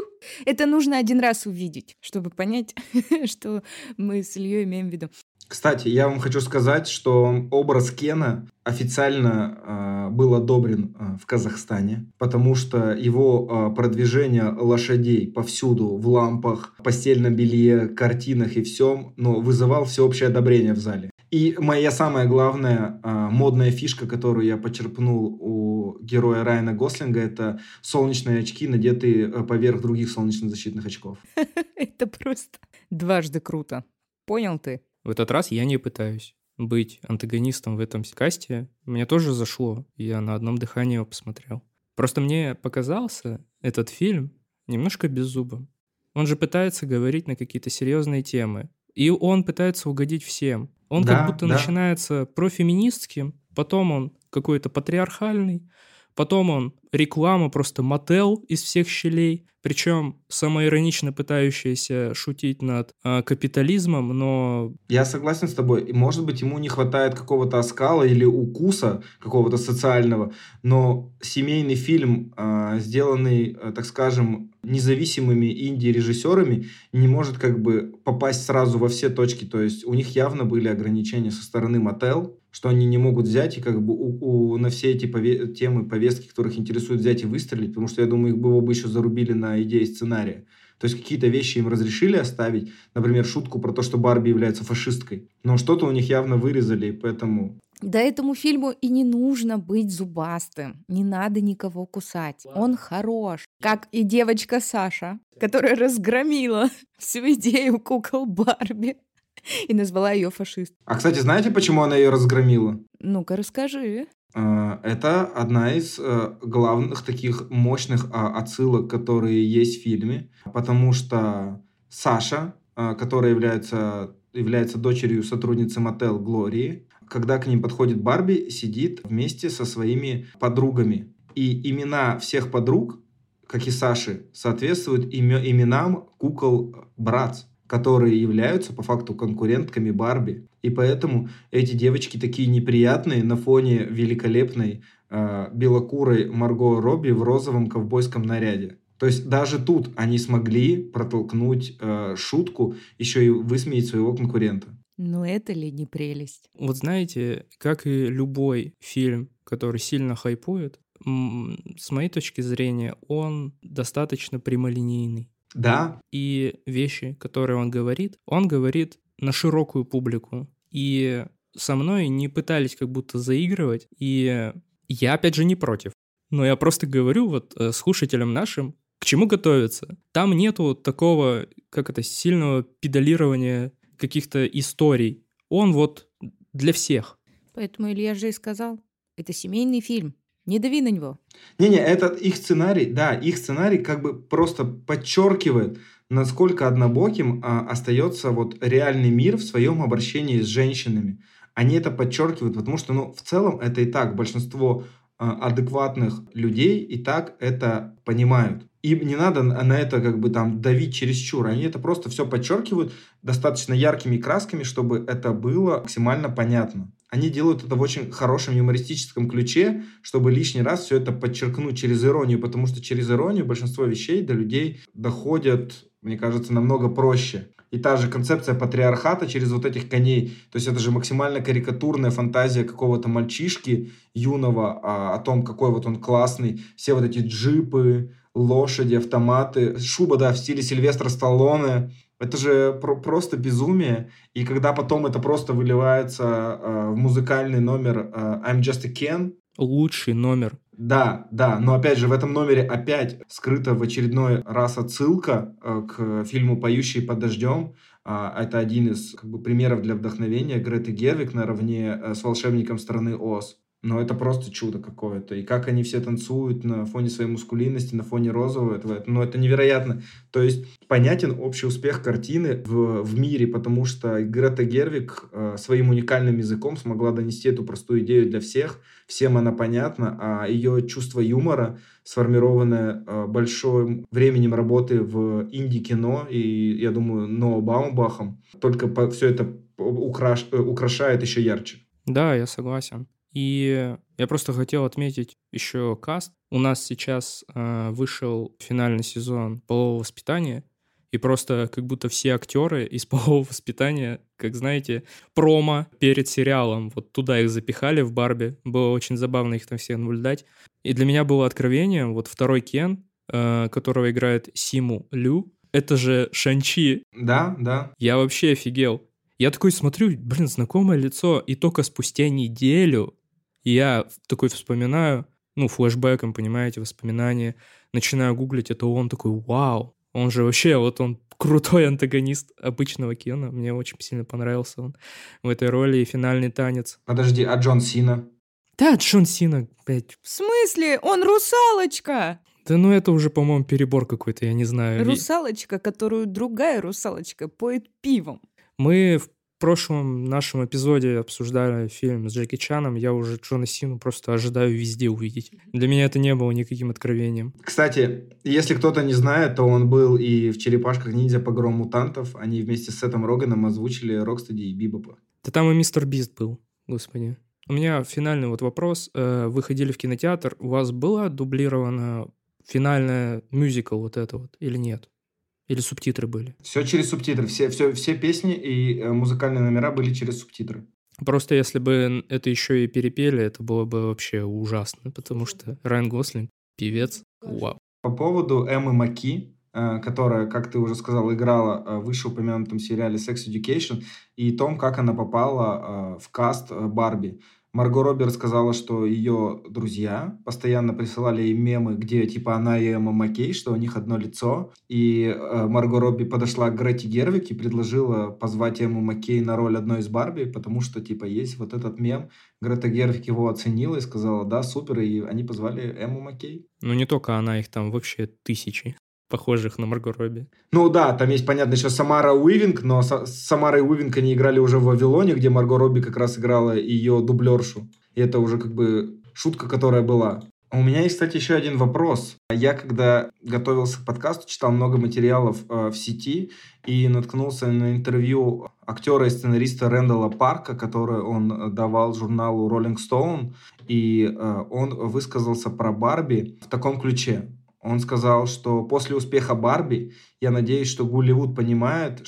Speaker 3: Это нужно один раз увидеть, чтобы понять, что мы с Ильей имеем в виду.
Speaker 2: Кстати, я вам хочу сказать, что образ Кена официально был одобрен в Казахстане, потому что его продвижение лошадей повсюду, в лампах, постельном белье, картинах и всем, вызывал всеобщее одобрение в зале. И моя самая главная модная фишка, которую я почерпнул у героя Райана Гослинга, это солнечные очки, надетые поверх других солнечно-защитных очков.
Speaker 3: Это просто дважды круто. Понял ты?
Speaker 1: В этот раз я не пытаюсь. быть антагонистом в этом касте, мне тоже зашло. Я на одном дыхании его посмотрел. Просто мне показался этот фильм немножко беззубым. Он же пытается говорить на какие-то серьезные темы. И он пытается угодить всем. Он как
Speaker 2: Да,
Speaker 1: будто
Speaker 2: да.
Speaker 1: начинается профеминистским, потом он какой-то патриархальный, потом он реклама просто мотел из всех щелей, причем самоиронично пытающаяся шутить над капитализмом, но
Speaker 2: Я согласен с тобой. И, может быть, ему не хватает какого-то оскала или укуса какого-то социального, но семейный фильм, сделанный, так скажем, независимыми инди-режиссерами, не может как бы попасть сразу во все точки. То есть у них явно были ограничения со стороны Mattel, что они не могут взять и как бы на все эти темы, повестки, которых интересует, взять и выстрелить, потому что, я думаю, его бы еще зарубили на идее сценария. То есть какие-то вещи им разрешили оставить, например, шутку про то, что Барби является фашисткой, но что-то у них явно вырезали, и поэтому...
Speaker 3: Да этому фильму и не нужно быть зубастым. Не надо никого кусать. Он хорош. Как и девочка Саша, которая разгромила всю идею кукол Барби и назвала ее фашисткой.
Speaker 2: А, кстати, знаете, почему она ее разгромила?
Speaker 3: Ну-ка, расскажи.
Speaker 2: Это одна из главных таких мощных отсылок, которые есть в фильме, потому что Саша, которая является дочерью сотрудницы Mattel Глории, когда к ним подходит Барби, сидит вместе со своими подругами. И имена всех подруг, как и Саши, соответствуют именам кукол Братц, которые являются по факту конкурентками Барби. И поэтому эти девочки такие неприятные на фоне великолепной белокурой Марго Робби в розовом ковбойском наряде. То есть даже тут они смогли протолкнуть шутку, еще и высмеять своего конкурента.
Speaker 3: Ну это ли не прелесть?
Speaker 1: вот знаете, как и любой фильм, который сильно хайпует, с моей точки зрения, он достаточно прямолинейный.
Speaker 2: Да,
Speaker 1: И вещи, которые он говорит на широкую публику. И со мной не пытались как будто заигрывать. И я, опять же, не против. Но я просто говорю вот слушателям нашим, к чему готовиться. Там нету такого, сильного педалирования каких-то историй. Он вот для всех.
Speaker 3: Поэтому Илья же и сказал, это семейный фильм. Не дави на него.
Speaker 2: Не-не, это их сценарий, да, их сценарий как бы просто подчеркивает, насколько однобоким остается вот реальный мир в своем обращении с женщинами. Они это подчеркивают, потому что, ну, в целом это и так большинство адекватных людей и так это понимают. Им не надо на это как бы там давить чересчур. Они это просто все подчеркивают достаточно яркими красками, чтобы это было максимально понятно. Они делают это в очень хорошем юмористическом ключе, чтобы лишний раз все это подчеркнуть через иронию, потому что через иронию большинство вещей до людей доходят, мне кажется, намного проще. И та же концепция патриархата через вот этих коней, то есть это же максимально карикатурная фантазия какого-то мальчишки юного о том, какой вот он классный. Все вот эти джипы, лошади, автоматы, шуба, да, в стиле Сильвестра Сталлоне. Это же просто безумие. И когда потом это просто выливается в музыкальный номер I'm Just a Ken.
Speaker 1: Лучший номер.
Speaker 2: Да, но опять же в этом номере опять скрыта в очередной раз отсылка к фильму «Поющие под дождем». Это один из примеров для вдохновения Греты Гервиг наравне с волшебником страны Оз. Но это просто чудо какое-то. И как они все танцуют на фоне своей мускулинности, на фоне розового. Это невероятно. То есть понятен общий успех картины в мире, потому что Грета Гервиг своим уникальным языком смогла донести эту простую идею для всех. Всем она понятна, а ее чувство юмора, сформированное большим временем работы в инди-кино, и, я думаю, Ноа Баумбахом, только все это украшает еще ярче.
Speaker 1: Да, я согласен. И я просто хотел отметить еще каст. У нас сейчас вышел финальный сезон «Полового воспитания», и просто как будто все актеры из «Полового воспитания», как знаете, промо перед сериалом, вот туда их запихали в «Барби». Было очень забавно их там всех наблюдать. И для меня было откровением, вот второй Кен, которого играет Симу Лю, это же Шан-Чи.
Speaker 2: Да.
Speaker 1: Я вообще офигел. Я такой смотрю, знакомое лицо, и только спустя неделю я такой вспоминаю, флешбэком, понимаете, воспоминания, начинаю гуглить, это он такой, вау, Он же вообще, вот он крутой антагонист обычного Кена. Мне очень сильно понравился он в этой роли. И финальный танец.
Speaker 2: Подожди, а Джон Сина?
Speaker 1: Да, Джон Сина, блядь.
Speaker 3: В смысле? Он русалочка!
Speaker 1: Да ну это уже, по-моему, перебор какой-то, я не знаю.
Speaker 3: Русалочка, которую другая русалочка поет пивом.
Speaker 1: Мы в прошлом нашем эпизоде обсуждали фильм с Джеки Чаном. Я уже Джона Сину просто ожидаю везде увидеть. Для меня это не было никаким откровением.
Speaker 2: Кстати, если кто-то не знает, то он был и в «Черепашках ниндзя. Погром мутантов». Они вместе с Сетом Роганом озвучили Рокстеди и Бибопа.
Speaker 1: Да там и Мистер Бист был, господи. У меня финальный вот вопрос. Вы ходили в кинотеатр, у вас была дублирована финальная мюзикл вот это вот или нет? Или субтитры были?
Speaker 2: Все через субтитры. Все песни и музыкальные номера были через субтитры.
Speaker 1: Просто если бы это еще и перепели, это было бы вообще ужасно, потому что Райан Гослинг — певец. Вау.
Speaker 2: По поводу Эммы Маки, которая, как ты уже сказал, играла в вышеупомянутом сериале Sex Education, и том, как она попала в каст Барби. Марго Робби рассказала, что ее друзья постоянно присылали ей мемы, где типа она и Эмма Маккей, что у них одно лицо. И Марго Робби подошла к Грете Гервиг и предложила позвать Эмму Маккей на роль одной из Барби, потому что типа есть вот этот мем. Грета Гервиг его оценила и сказала: да, супер, и они позвали Эмму Маккей.
Speaker 1: Ну не только она, их там вообще тысячи похожих на Марго Робби.
Speaker 2: Ну да, там есть, понятно, еще Самара Уивинг, но с Самарой Уивинг они играли уже в «Вавилоне», где Марго Робби как раз играла ее дублершу. И это уже как бы шутка, которая была. У меня есть, кстати, еще один вопрос. Я, когда готовился к подкасту, читал много материалов в сети и наткнулся на интервью актера и сценариста Рэндала Парка, которое он давал журналу Rolling Stone, и он высказался про Барби в таком ключе. Он сказал, что после успеха Барби, я надеюсь, что Голливуд понимает,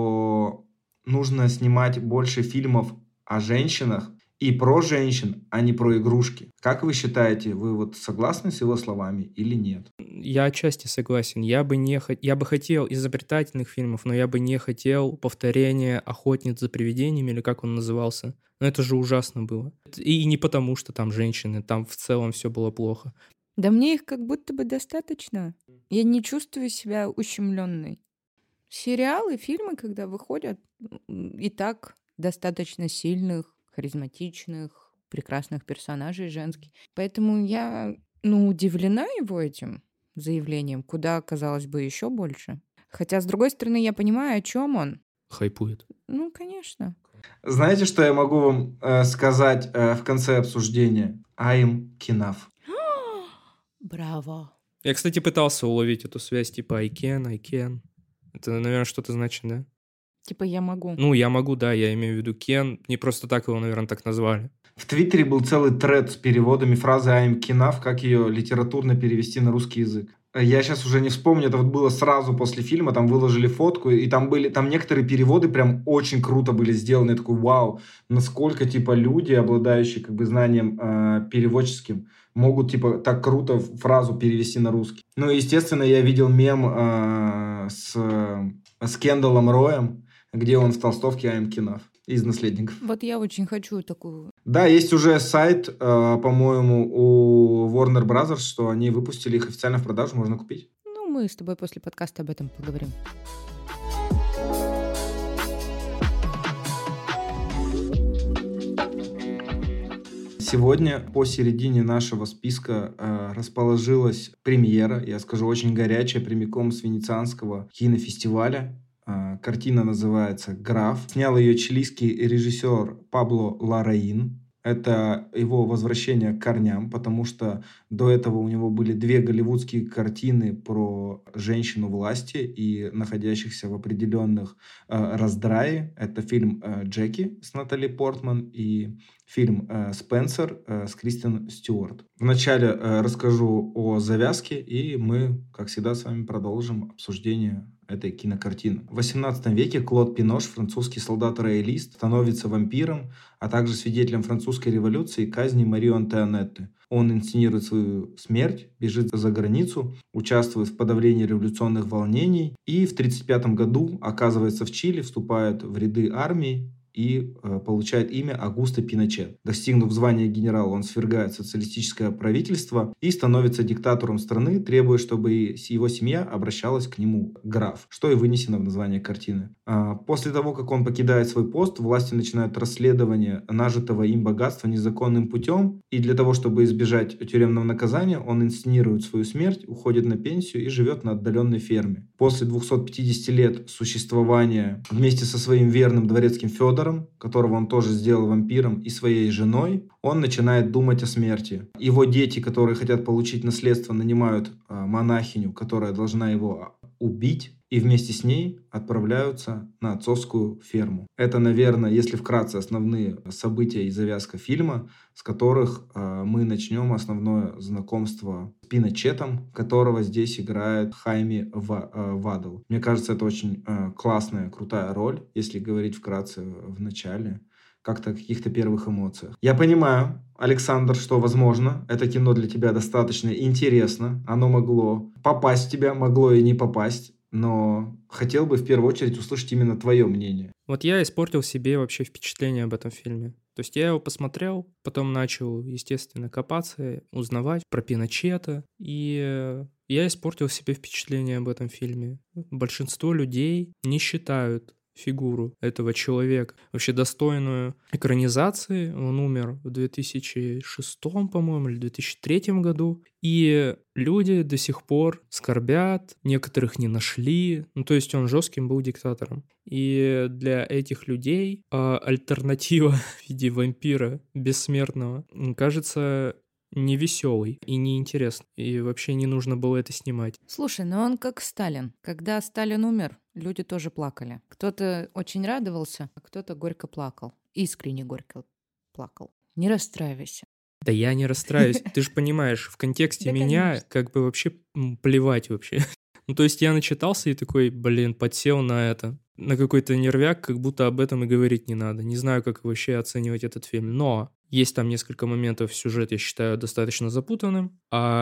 Speaker 2: что нужно снимать больше фильмов о женщинах и про женщин, а не про игрушки. Как вы считаете, вы вот согласны с его словами или нет?
Speaker 1: Я отчасти согласен. Я бы хотел изобретательных фильмов, но я бы не хотел повторения «Охотниц за привидениями», или как он назывался. Но это же ужасно было. И не потому, что там женщины, там в целом все было плохо.
Speaker 3: Да мне их как будто бы достаточно. Я не чувствую себя ущемленной. Сериалы, фильмы, когда выходят, и так достаточно сильных, харизматичных, прекрасных персонажей женских. Поэтому я, удивлена его этим заявлением, куда, казалось бы, еще больше. Хотя, с другой стороны, я понимаю, о чем он.
Speaker 1: Хайпует.
Speaker 3: Ну, конечно.
Speaker 2: Знаете, что я могу вам сказать в конце обсуждения? I'm enough.
Speaker 3: Браво.
Speaker 1: Я, кстати, пытался уловить эту связь, типа I can. Это, наверное, что-то значит, да?
Speaker 3: Типа я могу.
Speaker 1: Ну, я могу, да, я имею в виду Кен. Не просто так его, наверное, так назвали.
Speaker 2: В Твиттере был целый тред с переводами фразы I'm enough, как ее литературно перевести на русский язык. Я сейчас уже не вспомню, это вот было сразу после фильма, там выложили фотку, и там некоторые переводы прям очень круто были сделаны. Я такой, вау, насколько, типа, люди, обладающие, как бы, знанием переводческим, могут, типа, так круто фразу перевести на русский. Ну, естественно, я видел мем с Кендаллом Роем, где он в толстовке I'm enough из «Наследников».
Speaker 3: Вот я очень хочу такую.
Speaker 2: Да, есть уже сайт, по-моему, у Warner Brothers, что они выпустили их официально в продажу, можно купить.
Speaker 3: Ну, мы с тобой после подкаста об этом поговорим.
Speaker 2: Сегодня посередине нашего списка расположилась премьера, я скажу, очень горячая, прямиком с Венецианского кинофестиваля. Картина называется «Граф». Снял ее чилийский режиссер Пабло Ларраин. Это его возвращение к корням, потому что до этого у него были 2 голливудские картины про женщину власти и находящихся в определенных раздрае. Это фильм «Джеки» с Натали Портман и фильм «Спенсер» с Кристен Стюарт. Вначале расскажу о завязке, и мы, как всегда, с вами продолжим обсуждение этой кинокартины. В 18 веке Клод Пинош, французский солдат-роялист, становится вампиром, а также свидетелем французской революции и казни Марии Антуанетты. Он инсценирует свою смерть, бежит за границу, участвует в подавлении революционных волнений и в 1935 году оказывается в Чили, вступает в ряды армии и получает имя Агусто Пиночет. Достигнув звания генерала, он свергает социалистическое правительство и становится диктатором страны, требуя, чтобы его семья обращалась к нему граф, что и вынесено в название картины. После того, как он покидает свой пост, власти начинают расследование нажитого им богатства незаконным путем, и для того, чтобы избежать тюремного наказания, он инсценирует свою смерть, уходит на пенсию и живет на отдаленной ферме. После 250 лет существования вместе со своим верным дворецким Федором, которого он тоже сделал вампиром, и своей женой, он начинает думать о смерти. Его дети, которые хотят получить наследство, нанимают монахиню, которая должна его убить, и вместе с ней отправляются на отцовскую ферму. Это, наверное, если вкратце, основные события и завязка фильма, с которых мы начнем основное знакомство с Пиночетом, которого здесь играет Хайме Вадл. Мне кажется, это очень классная, крутая роль, если говорить вкратце в начале, как-то о каких-то первых эмоциях. Я понимаю, Александр, что, возможно, это кино для тебя достаточно интересно. Оно могло попасть в тебя, могло и не попасть. Но хотел бы в первую очередь услышать именно твое мнение.
Speaker 1: Вот я испортил себе вообще впечатление об этом фильме. То есть я его посмотрел, потом начал, естественно, копаться, узнавать про Пиночета, и я испортил себе впечатление об этом фильме. Большинство людей не считают фигуру этого человека вообще достойную экранизации. Он умер в 2006, по-моему, или 2003 году. И люди до сих пор скорбят, некоторых не нашли. Ну, то есть он жестким был диктатором. И для этих людей альтернатива в виде вампира бессмертного кажется невеселый и неинтересный. И вообще не нужно было это снимать.
Speaker 3: Слушай, ну он как Сталин. Когда Сталин умер, люди тоже плакали. Кто-то очень радовался, а кто-то горько плакал. Искренне горько плакал. Не расстраивайся.
Speaker 1: Да я не расстраиваюсь. Ты же понимаешь, в контексте меня как бы вообще плевать вообще. Ну, то есть я начитался и такой, подсел на это. На какой-то нервяк, как будто об этом и говорить не надо. Не знаю, как вообще оценивать этот фильм. Но есть там несколько моментов, сюжет, я считаю, достаточно запутанным,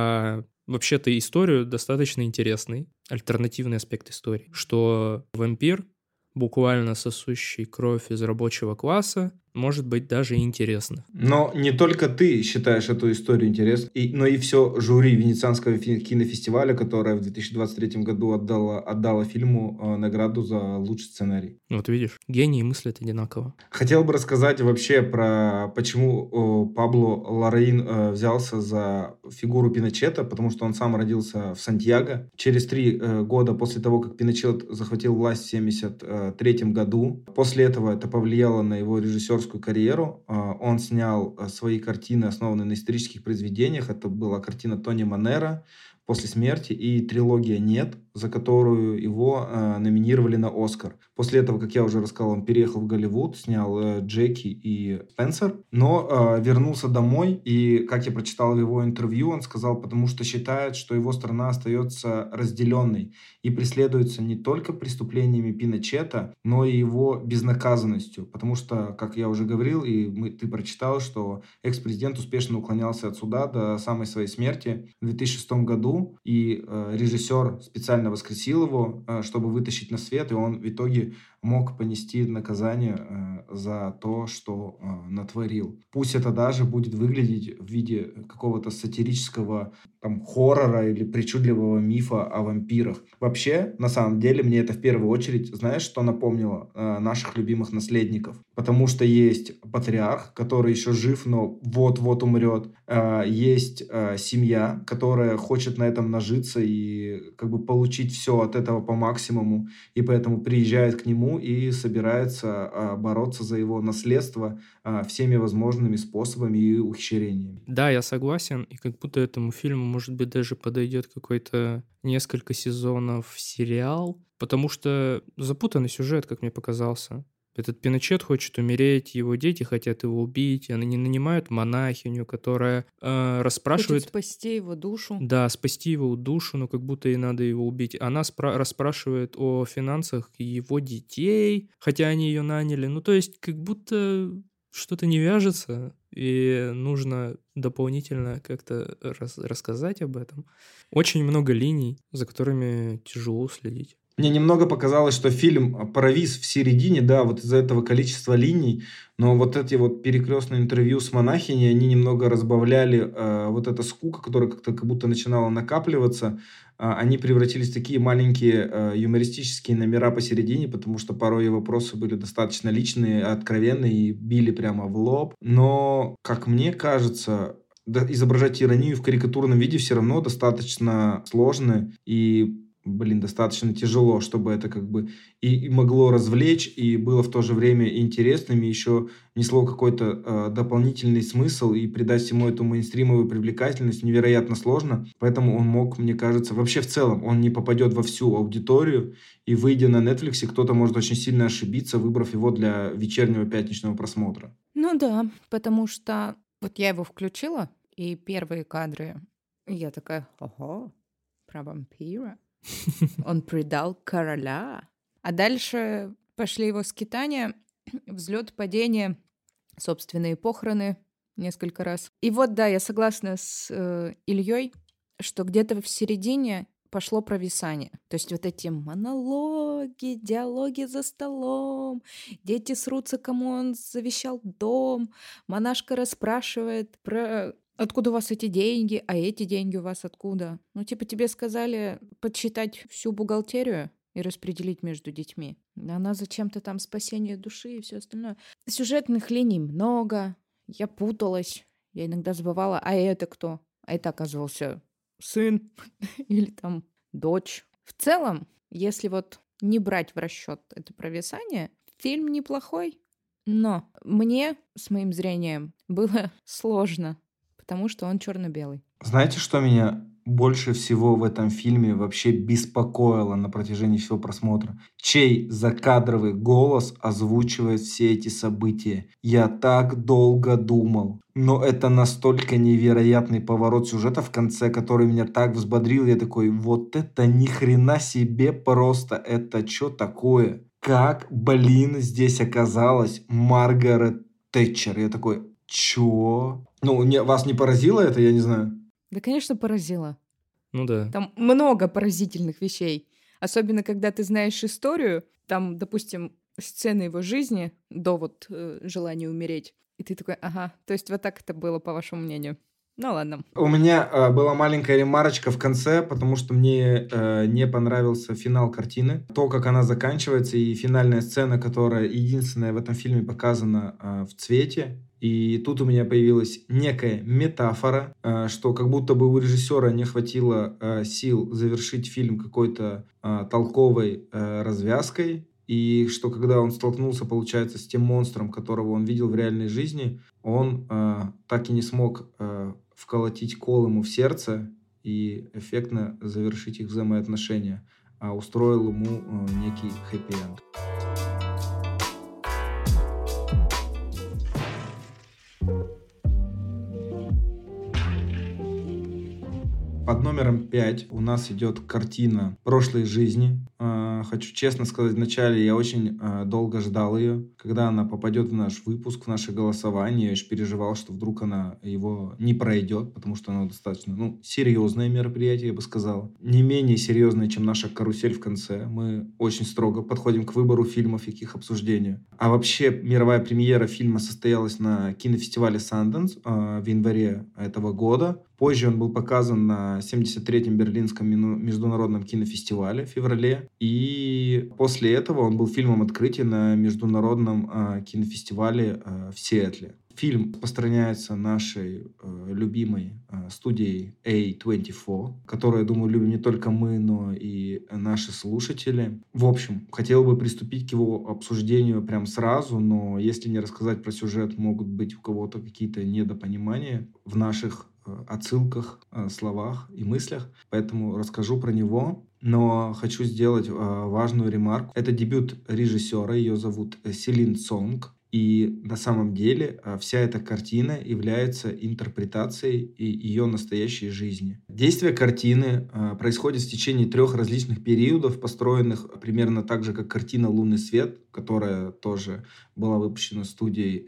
Speaker 1: а вообще-то историю достаточно интересный. Альтернативный аспект истории. Что вампир, буквально сосущий кровь из рабочего класса, может быть даже интересно.
Speaker 2: Но не только ты считаешь эту историю интересной, но и все жюри Венецианского кинофестиваля, которое в 2023 году отдало фильму награду за лучший сценарий.
Speaker 1: Вот видишь, гении мыслят одинаково.
Speaker 2: Хотел бы рассказать вообще про почему Пабло Ларраин взялся за фигуру Пиночета, потому что он сам родился в Сантьяго. Через 3 года после того, как Пиночет захватил власть в 1973 году, после этого это повлияло на его режиссерскую карьеру. Он снял свои картины, основанные на исторических произведениях. Это была картина Тони Манера «После смерти» и трилогия «Нет», за которую его номинировали на «Оскар». После этого, как я уже рассказал, он переехал в Голливуд, снял «Джеки» и «Спенсер», но вернулся домой, и, как я прочитал в его интервью, он сказал, потому что считает, что его страна остается разделенной и преследуется не только преступлениями Пиночета, но и его безнаказанностью, потому что, как я уже говорил, и ты прочитал, что экс-президент успешно уклонялся от суда до самой своей смерти в 2006 году, и режиссер специально воскресил его, чтобы вытащить на свет, и он в итоге мог понести наказание за то, что натворил. Пусть это даже будет выглядеть в виде какого-то сатирического хоррора или причудливого мифа о вампирах. Вообще, на самом деле, мне это в первую очередь, знаешь, что напомнило? Наших любимых наследников. Потому что есть патриарх, который еще жив, но вот-вот умрет. Есть семья, которая хочет на этом нажиться и как бы получить все от этого по максимуму, и поэтому приезжает к нему и собирается бороться за его наследство всеми возможными способами и ухищрениями.
Speaker 1: Да, я согласен, и как будто этому фильму, может быть, даже подойдет какой-то несколько сезонов сериал, потому что запутанный сюжет, как мне показался. Этот Пиночет хочет умереть, его дети хотят его убить, и они нанимают монахиню, которая расспрашивает...
Speaker 3: Хочет спасти его душу.
Speaker 1: Да, спасти его душу, но как будто и надо его убить. Она расспрашивает о финансах его детей, хотя они ее наняли. Ну, то есть как будто что-то не вяжется, и нужно дополнительно как-то рассказать об этом. Очень много линий, за которыми тяжело следить.
Speaker 2: Мне немного показалось, что фильм провис в середине, да, вот из-за этого количества линий, но вот эти вот перекрестные интервью с монахиней, они немного разбавляли вот эта скука, которая как-то как будто начинала накапливаться. Они превратились в такие маленькие юмористические номера посередине, потому что порой вопросы были достаточно личные, откровенные и били прямо в лоб. Но, как мне кажется, изображать иронию в карикатурном виде все равно достаточно сложно и, достаточно тяжело, чтобы это как бы и могло развлечь, и было в то же время интересным, и еще несло какой-то дополнительный смысл, и придать всему эту мейнстримовую привлекательность невероятно сложно. Поэтому он мог, мне кажется, вообще в целом, он не попадет во всю аудиторию, и выйдя на Netflix, кто-то может очень сильно ошибиться, выбрав его для вечернего пятничного просмотра.
Speaker 3: Ну да, потому что вот я его включила, и первые кадры, я такая, ого, про вампира. Он предал короля. А дальше пошли его скитания, взлет, падение, собственные похороны несколько раз. И вот, да, я согласна с Ильей, что где-то в середине пошло провисание. То есть вот эти монологи, диалоги за столом, дети срутся, кому он завещал дом, монашка расспрашивает про откуда у вас эти деньги, а эти деньги у вас откуда? Ну, типа тебе сказали подсчитать всю бухгалтерию и распределить между детьми. Она зачем-то там спасение души и все остальное. Сюжетных линий много. Я путалась. Я иногда забывала, а это кто? А это оказывался сын или там дочь. В целом, если вот не брать в расчет это провисание, фильм неплохой, но мне с моим зрением было сложно, потому что он черно-белый.
Speaker 2: Знаете, что меня больше всего в этом фильме вообще беспокоило на протяжении всего просмотра? Чей закадровый голос озвучивает все эти события? Я так долго думал. Но это настолько невероятный поворот сюжета в конце, который меня так взбодрил. Я такой, вот это ни хрена себе просто. Это что такое? Как, здесь оказалась Маргарет Тэтчер? Я такой, чё? Вас не поразило это, я не знаю.
Speaker 3: Да, конечно, поразило.
Speaker 1: Ну да.
Speaker 3: Там много поразительных вещей. Особенно, когда ты знаешь историю, там, допустим, сцены его жизни до вот желания умереть. И ты такой, ага, то есть вот так это было, по вашему мнению. Ну ладно.
Speaker 2: У меня была маленькая ремарочка в конце, потому что мне не понравился финал картины. То, как она заканчивается, и финальная сцена, которая единственная в этом фильме показана в цвете. И тут у меня появилась некая метафора, что как будто бы у режиссера не хватило сил завершить фильм какой-то толковой развязкой. И что когда он столкнулся, получается, с тем монстром, которого он видел в реальной жизни, он так и не смог вколотить кол ему в сердце и эффектно завершить их взаимоотношения, а устроил ему некий хэппи-энд. Под номером 5 у нас идет картина «Прошлой жизни». Хочу честно сказать, вначале я очень долго ждал ее. Когда она попадет в наш выпуск, в наше голосование, я еще переживал, что вдруг она его не пройдет, потому что оно достаточно серьезное мероприятие, я бы сказал. Не менее серьезное, чем наша карусель в конце. Мы очень строго подходим к выбору фильмов и к их обсуждению. А вообще, мировая премьера фильма состоялась на кинофестивале Sundance в январе этого года. Позже он был показан на 73-м Берлинском международном кинофестивале в феврале. И после этого он был фильмом открытия на международном кинофестивале в Сиэтле. Фильм распространяется нашей любимой студией A24, которую, я думаю, любим не только мы, но и наши слушатели. В общем, хотел бы приступить к его обсуждению прям сразу, но если не рассказать про сюжет, могут быть у кого-то какие-то недопонимания в наших отсылках, словах и мыслях, поэтому расскажу про него. Но хочу сделать важную ремарку. Это дебют режиссера, ее зовут Селин Сонг. И на самом деле вся эта картина является интерпретацией ее настоящей жизни. Действие картины происходит в течение 3 различных периодов, построенных примерно так же, как картина «Лунный свет», которая тоже была выпущена студией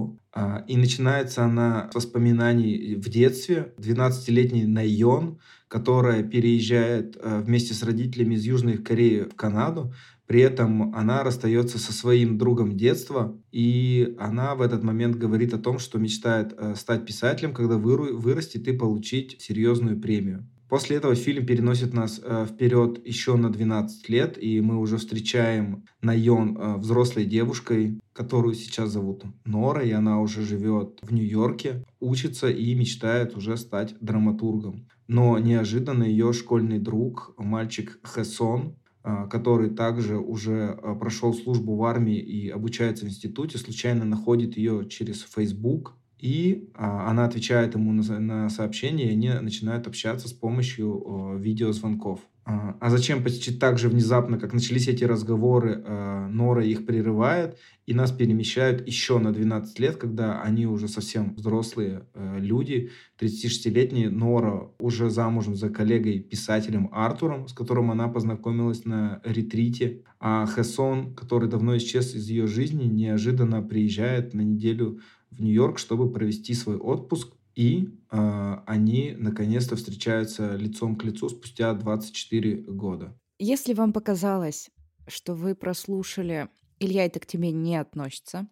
Speaker 2: A24. И начинается она с воспоминаний в детстве. 12-летний Найон, которая переезжает вместе с родителями из Южной Кореи в Канаду. При этом она расстается со своим другом детства, и она в этот момент говорит о том, что мечтает стать писателем, когда вырастет и получить серьезную премию. После этого фильм переносит нас вперед еще на 12 лет, и мы уже встречаем Найон взрослой девушкой, которую сейчас зовут Нора, и она уже живет в Нью-Йорке, учится и мечтает уже стать драматургом. Но неожиданно ее школьный друг, мальчик Хэсон, который также уже прошел службу в армии и обучается в институте, случайно находит ее через Facebook, и она отвечает ему на сообщение, и они начинают общаться с помощью видеозвонков. А зачем почти так же внезапно, как начались эти разговоры, Нора их прерывает, и нас перемещают еще на 12 лет, когда они уже совсем взрослые люди, 36-летние. Нора уже замужем за коллегой-писателем Артуром, с которым она познакомилась на ретрите, а Хэсон, который давно исчез из ее жизни, неожиданно приезжает на неделю в Нью-Йорк, чтобы провести свой отпуск, и они наконец-то встречаются лицом к лицу спустя 24 года.
Speaker 3: Если вам показалось, что вы прослушали, Илья, это к тебе не относится,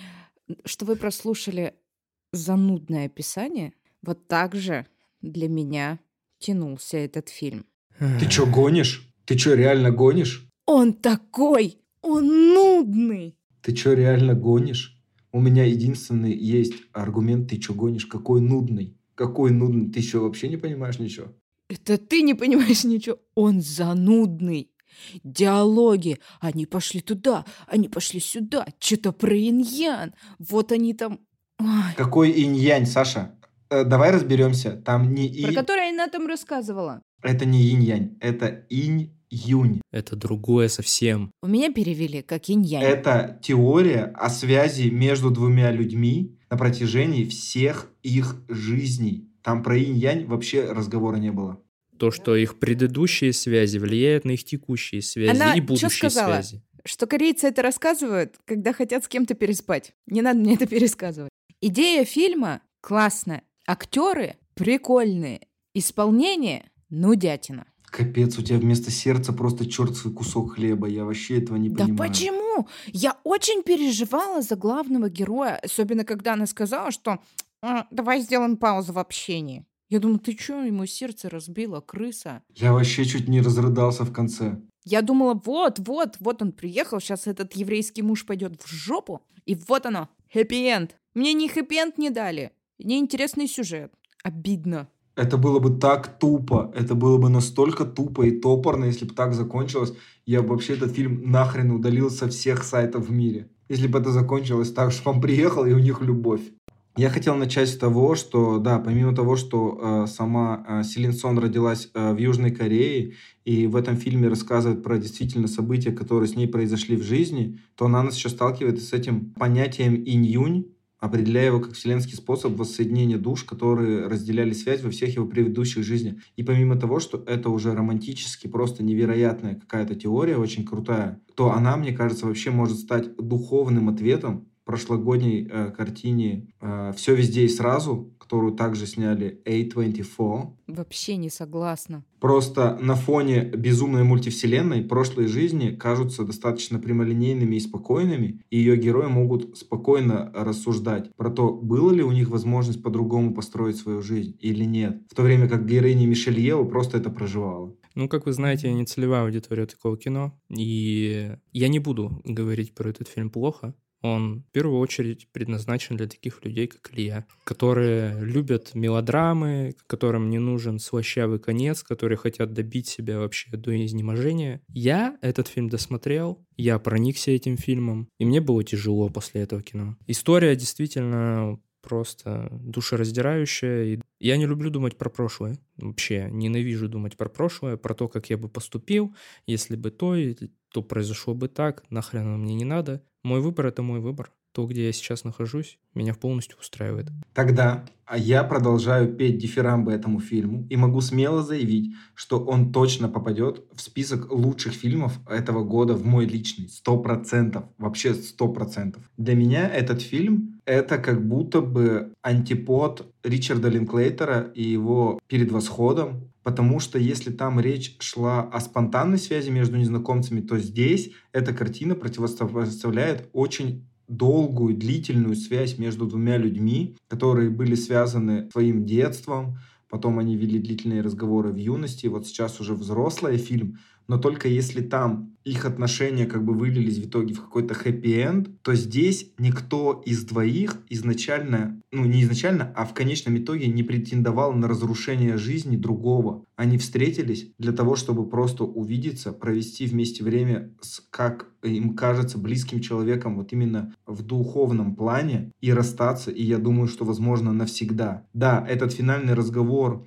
Speaker 3: что вы прослушали занудное описание, вот так же для меня тянулся этот фильм.
Speaker 2: Ты чё, гонишь? Ты чё, реально гонишь?
Speaker 3: Он такой! Он нудный!
Speaker 2: Ты чё, реально гонишь? У меня единственный есть аргумент, ты чё гонишь? Какой нудный? Какой нудный? Ты что, вообще не понимаешь ничего?
Speaker 3: Это ты не понимаешь ничего. Он занудный. Диалоги. Они пошли туда, они пошли сюда. Что-то про инь-ян. Вот они там... Ой.
Speaker 2: Какой инь-янь, Саша? Давай разберемся. Там не
Speaker 3: Про который она там рассказывала.
Speaker 2: Это не инь-янь, это инь-юнь.
Speaker 1: Это другое совсем.
Speaker 3: У меня перевели как инь-янь.
Speaker 2: Это теория о связи между двумя людьми на протяжении всех их жизней. Там про инь-янь вообще разговора не было.
Speaker 1: То, что их предыдущие связи влияют на их текущие связи
Speaker 3: Она
Speaker 1: и
Speaker 3: чё
Speaker 1: будущие
Speaker 3: сказала?
Speaker 1: связи.
Speaker 3: Что корейцы это рассказывают, когда хотят с кем-то переспать. Не надо мне это пересказывать. Идея фильма классная. Актеры прикольные. Исполнение нудятина.
Speaker 2: Капец, у тебя вместо сердца просто чертовый кусок хлеба. Я вообще этого не
Speaker 3: Да
Speaker 2: понимаю.
Speaker 3: почему? Я очень переживала за главного героя, особенно когда она сказала, что давай сделаем паузу в общении. Я думаю, ты что, ему сердце разбила, крыса?
Speaker 2: Я вообще чуть не разрыдался в конце.
Speaker 3: Я думала, вот он приехал, сейчас этот еврейский муж пойдет в жопу, и вот оно, хэппи-энд. Мне ни хэппи-энд не дали, неинтересный сюжет. Обидно.
Speaker 2: Это было бы так тупо, это было бы настолько тупо и топорно, если бы так закончилось. Я бы вообще этот фильм нахрен удалил со всех сайтов в мире. Если бы это закончилось так, что он приехал и у них любовь. Я хотел начать с того, что, да, помимо того, что сама Селин Сон родилась в Южной Корее, и в этом фильме рассказывает про действительно события, которые с ней произошли в жизни, то она нас еще сталкивает с этим понятием инь-юнь, определяя его как вселенский способ воссоединения душ, которые разделяли связь во всех его предыдущих жизнях. И помимо того, что это уже романтически просто невероятная какая-то теория, очень крутая, то она, мне кажется, вообще может стать духовным ответом прошлогодней картине «Все везде и сразу», которую также сняли A24.
Speaker 3: Вообще не согласна.
Speaker 2: Просто на фоне безумной мультивселенной прошлые жизни кажутся достаточно прямолинейными и спокойными, и ее герои могут спокойно рассуждать про то, была ли у них возможность по-другому построить свою жизнь или нет, в то время как героиня Мишель Ева просто это проживала.
Speaker 1: Ну, как вы знаете, я не целевая аудитория такого кино, и я не буду говорить про этот фильм плохо. Он в первую очередь предназначен для таких людей, как Илья, которые любят мелодрамы, которым не нужен слащавый конец, которые хотят добить себя вообще до изнеможения. Я этот фильм досмотрел, я проникся этим фильмом, и мне было тяжело после этого кино. История действительно просто душераздирающая. И я не люблю думать про прошлое. Вообще ненавижу думать про прошлое, про то, как я бы поступил, если бы то произошло бы так, нахрен оно мне не надо. Мой выбор — это мой выбор. то, где я сейчас нахожусь, меня полностью устраивает.
Speaker 2: Тогда я продолжаю петь дифирамбы этому фильму и могу смело заявить, что он точно попадет в список лучших фильмов этого года в мой личный. 100%. Вообще 100%. Для меня этот фильм — это как будто бы антипод Ричарда Линклейтера и его «Перед восходом». Потому что если там речь шла о спонтанной связи между незнакомцами, то здесь эта картина противопоставляет очень долгую, длительную связь между двумя людьми, которые были связаны своим детством, потом они вели длительные разговоры в юности, вот сейчас уже взрослый фильм, но только если там их отношения как бы вылились в итоге в какой-то хэппи-энд, то здесь никто из двоих изначально, не изначально, а в конечном итоге не претендовал на разрушение жизни другого. Они встретились для того, чтобы просто увидеться, провести вместе время с, как им кажется, близким человеком вот именно в духовном плане и расстаться, и я думаю, что, возможно, навсегда. Да, этот финальный разговор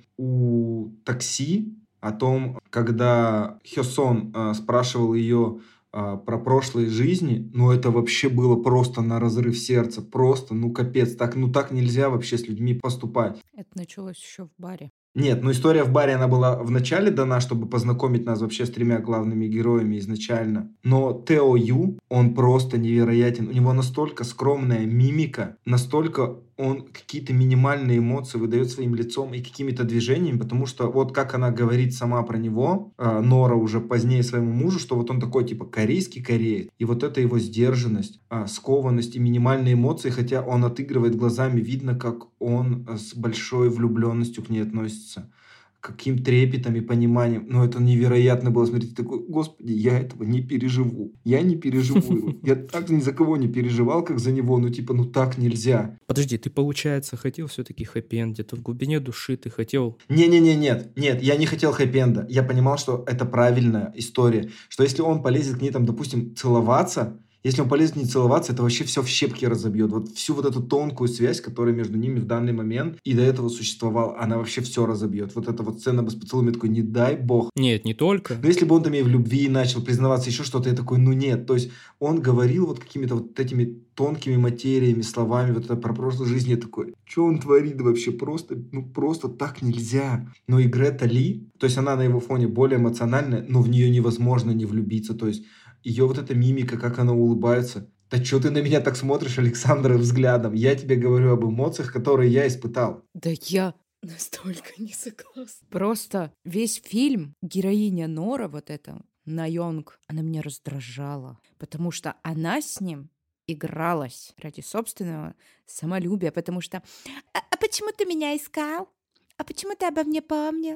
Speaker 2: у такси, о том, когда Хёсон спрашивал ее про прошлые жизни, это вообще было просто на разрыв сердца, просто, капец, так нельзя вообще с людьми поступать.
Speaker 3: Это началось еще в баре.
Speaker 2: Нет, история в баре, она была в начале дана, чтобы познакомить нас вообще с тремя главными героями изначально. Но Тео Ю, он просто невероятен. У него настолько скромная мимика, настолько он какие-то минимальные эмоции выдает своим лицом и какими-то движениями, потому что вот как она говорит сама про него, Нора уже позднее своему мужу, что вот он такой типа корейский кореец, и вот эта его сдержанность, скованность и минимальные эмоции, хотя он отыгрывает глазами, видно, как он с большой влюбленностью к ней относится, каким трепетом и пониманием. Это невероятно было смотреть. Такой, господи, я этого не переживу. Я не переживу его. Я так ни за кого не переживал, как за него. Так нельзя.
Speaker 1: Подожди, ты, получается, хотел все-таки хэппи-энд? Где-то в глубине души ты хотел...
Speaker 2: Нет, я не хотел хэппи-энда. Я понимал, что это правильная история. Что если он полезет к ней, допустим, целоваться, если он полезет не целоваться, это вообще все в щепки разобьет. Вот всю вот эту тонкую связь, которая между ними в данный момент и до этого существовала, она вообще все разобьет. Вот эта вот сцена с поцелуем, такой, не дай бог.
Speaker 1: Нет, не только.
Speaker 2: Но если бы он там и в любви начал признаваться, еще что-то, я такой, нет. То есть он говорил вот какими-то вот этими тонкими материями, словами, вот это про прошлую жизнь, я такой, что он творит вообще? Просто так нельзя. Но и Грета Ли, то есть она на его фоне более эмоциональная, но в нее невозможно не влюбиться. То есть ее вот эта мимика, как она улыбается. Да что ты на меня так смотришь, Александра, взглядом? Я тебе говорю об эмоциях, которые я испытал.
Speaker 3: Да я настолько не согласна. Просто весь фильм, героиня Нора, вот эта, Наёнг, она меня раздражала, потому что она с ним игралась ради собственного самолюбия, потому что «А почему ты меня искал? А почему ты обо мне помнил?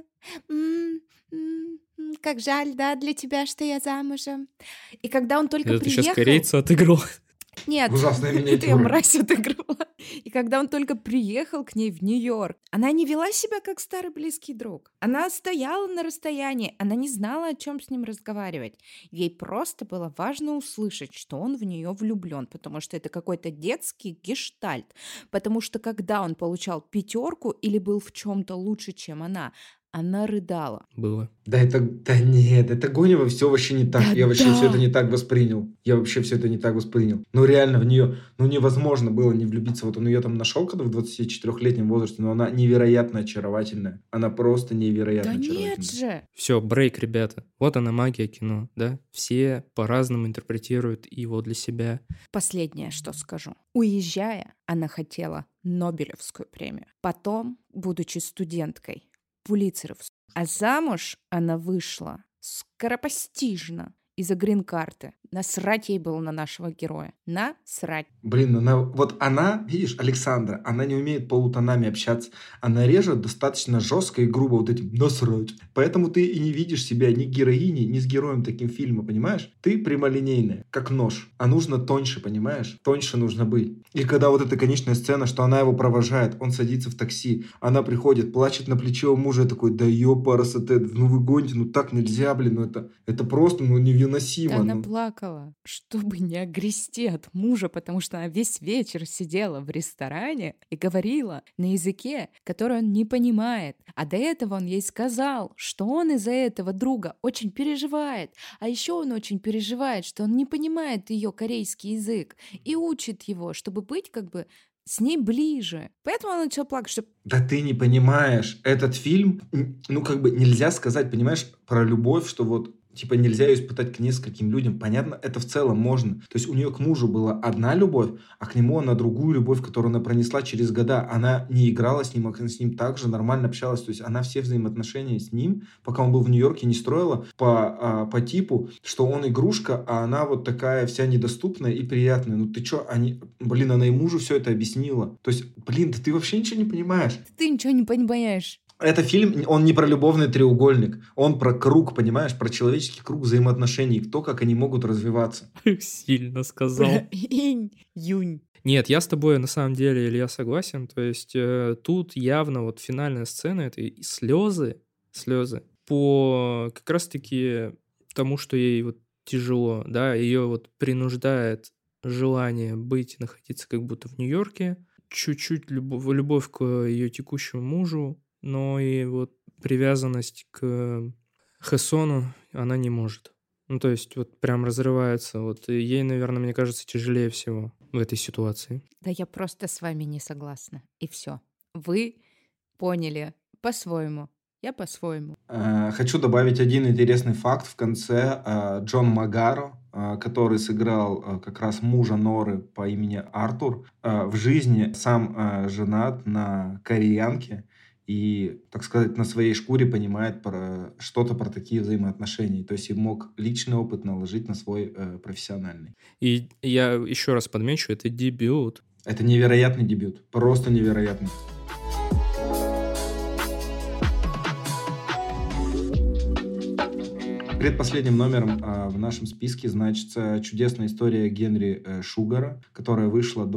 Speaker 3: Как жаль, да, для тебя, что я замужем». И когда он только
Speaker 1: Это
Speaker 3: приехал...
Speaker 1: ты сейчас корейца отыграл.
Speaker 3: Нет,
Speaker 2: Ужасная
Speaker 3: это я
Speaker 2: миниатюра.
Speaker 3: мразь отыграла. И когда он только приехал к ней в Нью-Йорк, она не вела себя как старый близкий друг. Она стояла на расстоянии, она не знала, о чем с ним разговаривать. Ей просто было важно услышать, что он в нее влюблен, потому что это какой-то детский гештальт. Потому что когда он получал 5 или был в чем-то лучше, чем она рыдала.
Speaker 1: Было.
Speaker 2: Да нет, это Гонева все вообще не так. Я вообще
Speaker 3: Да.
Speaker 2: все это не так воспринял. Реально в нее, невозможно было не влюбиться. Вот он ее там нашел, когда в 24-летнем возрасте, но она невероятно очаровательная. Она просто невероятно
Speaker 3: Да
Speaker 2: очаровательная.
Speaker 3: нет же!
Speaker 1: Все, брейк, ребята. Вот она магия кино, да? Все по-разному интерпретируют его для себя.
Speaker 3: Последнее, что скажу. Уезжая, она хотела Нобелевскую премию. Потом, будучи студенткой, Пулитцеровскую. А замуж она вышла скоропостижно из-за грин-карты. Насрать ей было на нашего героя. Насрать.
Speaker 2: Блин, она, видишь, Александра, она не умеет полутонами общаться. Она режет достаточно жестко и грубо вот этим насрать. Поэтому ты и не видишь себя ни героиней, ни с героем таким фильма, понимаешь? Ты прямолинейная, как нож. А нужно тоньше, понимаешь? Тоньше нужно быть. И когда вот эта конечная сцена, что она его провожает, он садится в такси, она приходит, плачет на плече у мужа, я такой, да ёпарасоте, вы гоните, так нельзя, блин, это просто, невыносимо.
Speaker 3: Она плакала. плакала, чтобы не огрести от мужа, потому что она весь вечер сидела в ресторане и говорила на языке, который он не понимает. А до этого он ей сказал, что он из-за этого друга очень переживает. А еще он очень переживает, что он не понимает ее корейский язык и учит его, чтобы быть как бы с ней ближе. Поэтому она начала плакать, что
Speaker 2: Да ты не понимаешь, этот фильм, ну, как бы нельзя сказать, понимаешь, про любовь, что вот, типа, нельзя ее испытать к нескольким людям. Понятно, это в целом можно. То есть у нее к мужу была одна любовь, а к нему она другую любовь, которую она пронесла через года. Она не играла с ним, а с ним также нормально общалась. То есть она все взаимоотношения с ним, пока он был в Нью-Йорке, не строила по типу, что он игрушка, а она вот такая вся недоступная и приятная. Ну ты что, она и мужу все это объяснила. То есть, да ты вообще ничего не понимаешь.
Speaker 3: ты ничего не понимаешь.
Speaker 2: Это фильм, он не про любовный треугольник, он про круг, понимаешь, про человеческий круг взаимоотношений, то, как они могут развиваться.
Speaker 1: Сильно сказал.
Speaker 3: Инь-юнь.
Speaker 1: Нет, я с тобой на самом деле, Илья, согласен. То есть тут явно вот финальная сцена — это и слезы по как раз-таки тому, что ей вот тяжело, да, ее вот принуждает желание находиться как будто в Нью-Йорке, чуть-чуть любовь к ее текущему мужу, но и вот привязанность к Хэсону она не может. Ну, то есть вот прям разрывается. Вот и ей, наверное, мне кажется, тяжелее всего в этой ситуации.
Speaker 3: Да я просто с вами не согласна. И все. Вы поняли по-своему. Я по-своему.
Speaker 2: Хочу добавить один интересный факт в конце. Джон Магаро, который сыграл как раз мужа Норы по имени Артур, в жизни сам женат на кореянке и, так сказать, на своей шкуре понимает что-то про такие взаимоотношения. То есть и мог личный опыт наложить на свой профессиональный.
Speaker 1: И я еще раз подмечу, это дебют.
Speaker 2: Это невероятный дебют. Просто невероятный. Предпоследним номером в нашем списке значится чудесная история Генри Шугара, которая вышла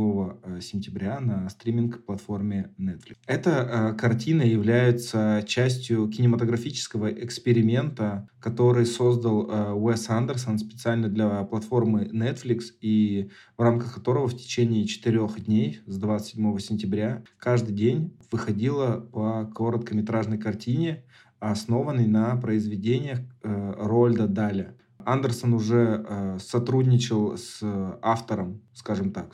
Speaker 2: 27 сентября на стриминг-платформе Netflix. Эта картина является частью кинематографического эксперимента, который создал Уэс Андерсон специально для платформы Netflix, и в рамках которого в течение 4 дней с 27 сентября каждый день выходила по короткометражной картине, основанный на произведениях Роальда Даля. Андерсон уже сотрудничал с автором, скажем так,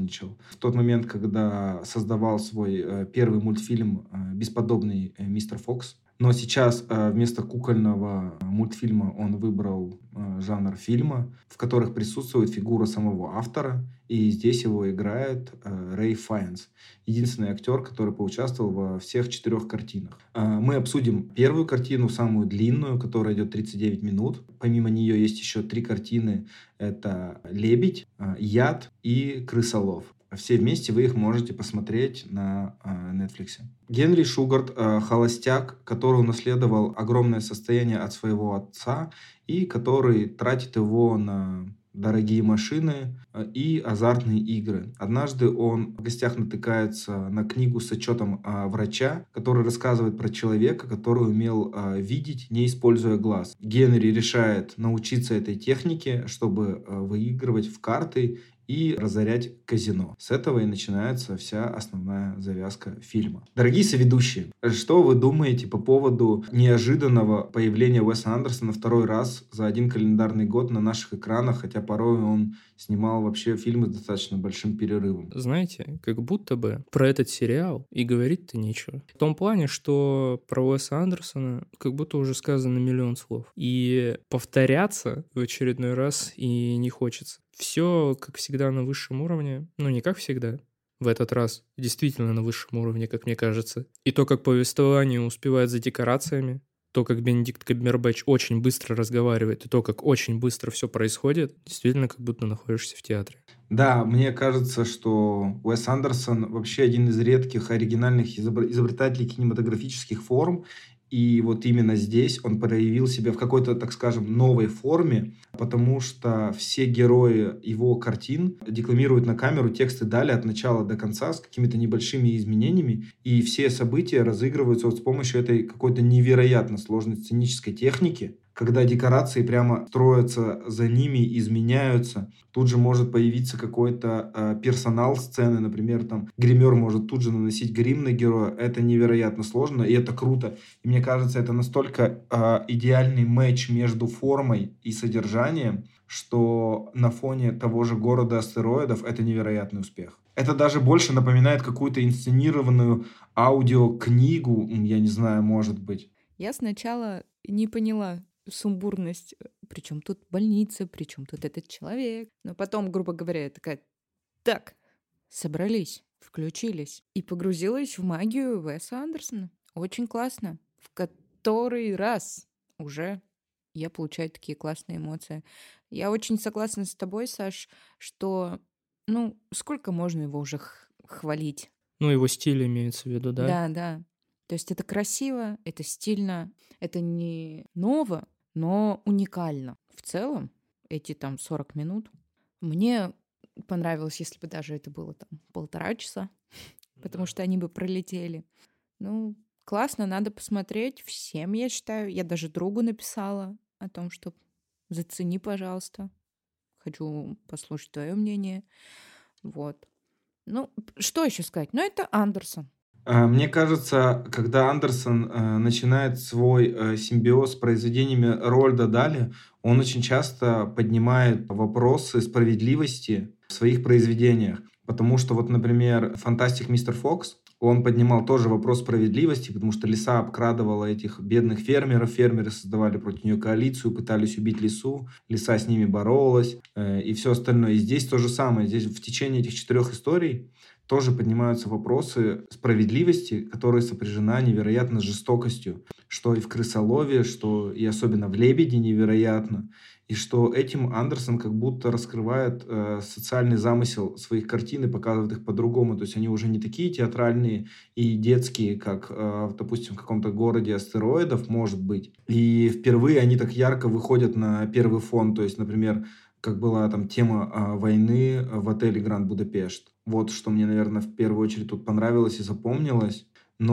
Speaker 2: в тот момент, когда создавал свой первый мультфильм «Бесподобный мистер Фокс». Но сейчас вместо кукольного мультфильма он выбрал жанр фильма, в которых присутствует фигура самого автора, и здесь его играет Рэй Файнс, единственный актер, который поучаствовал во всех 4 картинах. Мы обсудим первую картину, самую длинную, которая идет 39 минут. Помимо нее есть еще 3 картины. Это «Лебедь», «Яд» и «Крысолов». Все вместе вы их можете посмотреть на Netflix. Генри Шугарт – холостяк, который унаследовал огромное состояние от своего отца и который тратит его на дорогие машины и азартные игры. Однажды он в гостях натыкается на книгу с отчетом врача, который рассказывает про человека, который умел видеть, не используя глаз. Генри решает научиться этой технике, чтобы выигрывать в карты и разорять казино. С этого и начинается вся основная завязка фильма. Дорогие соведущие, что вы думаете по поводу неожиданного появления Уэса Андерсона второй раз за один календарный год на наших экранах, хотя порой он снимал вообще фильмы с достаточно большим перерывом?
Speaker 1: Знаете, как будто бы про этот сериал и говорить-то нечего. В том плане, что про Уэса Андерсона как будто уже сказано миллион слов. И повторяться в очередной раз и не хочется. Все, как всегда, на высшем уровне. Ну, не как всегда. В этот раз действительно на высшем уровне, как мне кажется. И то, как повествование успевает за декорациями, то, как Бенедикт Камбербэтч очень быстро разговаривает, и то, как очень быстро все происходит, действительно, как будто находишься в театре.
Speaker 2: Да, мне кажется, что Уэс Андерсон вообще один из редких оригинальных изобретателей кинематографических форм. И вот именно здесь он проявил себя в какой-то, так скажем, новой форме, потому что все герои его картин декламируют на камеру тексты Даля от начала до конца с какими-то небольшими изменениями, и все события разыгрываются вот с помощью этой какой-то невероятно сложной сценической техники, когда декорации прямо строятся за ними, изменяются. Тут же может появиться какой-то персонал сцены, например, там гример может тут же наносить грим на героя. Это невероятно сложно, и это круто. И мне кажется, это настолько идеальный матч между формой и содержанием, что на фоне того же города астероидов это невероятный успех. Это даже больше напоминает какую-то инсценированную аудиокнигу, я не знаю, может быть.
Speaker 3: Я сначала не поняла сумбурность, причем тут больница, причем тут этот человек. Но потом, грубо говоря, я такая, так, собрались, включились и погрузилась в магию Уэса Андерсона. Очень классно. В который раз уже я получаю такие классные эмоции. Я очень согласна с тобой, Саш, что, сколько можно его уже хвалить?
Speaker 1: Ну, его стиль имеется в виду, да?
Speaker 3: Да, да. То есть это красиво, это стильно, это не ново, но уникально. В целом, эти там 40 минут мне понравилось, если бы даже это было там 1,5 часа, потому что они бы пролетели. Классно, надо посмотреть всем, я считаю. Я даже другу написала о том, что зацени, пожалуйста. Хочу послушать твое мнение. Вот. Что еще сказать? Это Андерсон.
Speaker 2: Мне кажется, когда Андерсон начинает свой симбиоз с произведениями Рольда Дали, он очень часто поднимает вопросы справедливости в своих произведениях. Потому что, например, «Фантастик Мистер Фокс», он поднимал тоже вопрос справедливости, потому что лиса обкрадывала этих бедных фермеров, фермеры создавали против нее коалицию, пытались убить лису, лиса с ними боролась и все остальное. И здесь то же самое. Здесь в течение этих 4 историй тоже поднимаются вопросы справедливости, которая сопряжена невероятно с жестокостью, что и в «Крысолове», что и особенно в «Лебеде» невероятно, и что этим Андерсон как будто раскрывает социальный замысел своих картин и показывает их по-другому. То есть они уже не такие театральные и детские, как, допустим, в каком-то городе астероидов, может быть. И впервые они так ярко выходят на первый фон. То есть, например, как была там тема войны в отеле «Гранд Будапешт». Вот что мне, наверное, в первую очередь тут понравилось и запомнилось.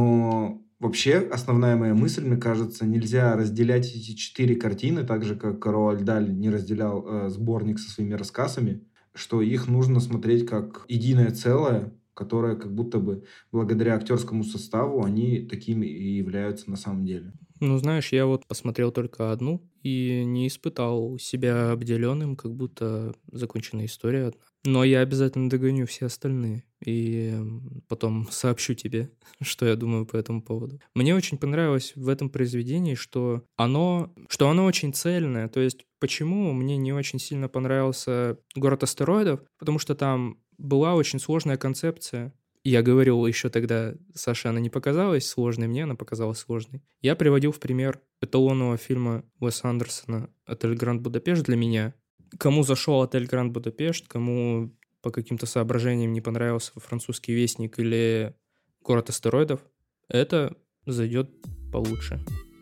Speaker 2: Но вообще основная моя мысль, мне кажется, нельзя разделять эти 4 картины, так же, как Роальд Даль не разделял сборник со своими рассказами, что их нужно смотреть как единое целое, которое как будто бы благодаря актерскому составу они такими и являются на самом деле.
Speaker 1: Знаешь, я посмотрел только одну и не испытал себя обделенным, как будто законченная история одна. Но я обязательно догоню все остальные и потом сообщу тебе, что я думаю по этому поводу. Мне очень понравилось в этом произведении, что оно очень цельное. То есть почему мне не очень сильно понравился «Город астероидов»? Потому что там была очень сложная концепция. Я говорил еще тогда, Саше, она не показалась сложной, мне она показалась сложной. Я приводил в пример эталонного фильма Уэса Андерсона «Отель Гранд Будапешт» для меня. Кому зашел «Отель Гранд Будапешт», кому по каким-то соображениям не понравился «Французский вестник» или «Город астероидов», это зайдет получше.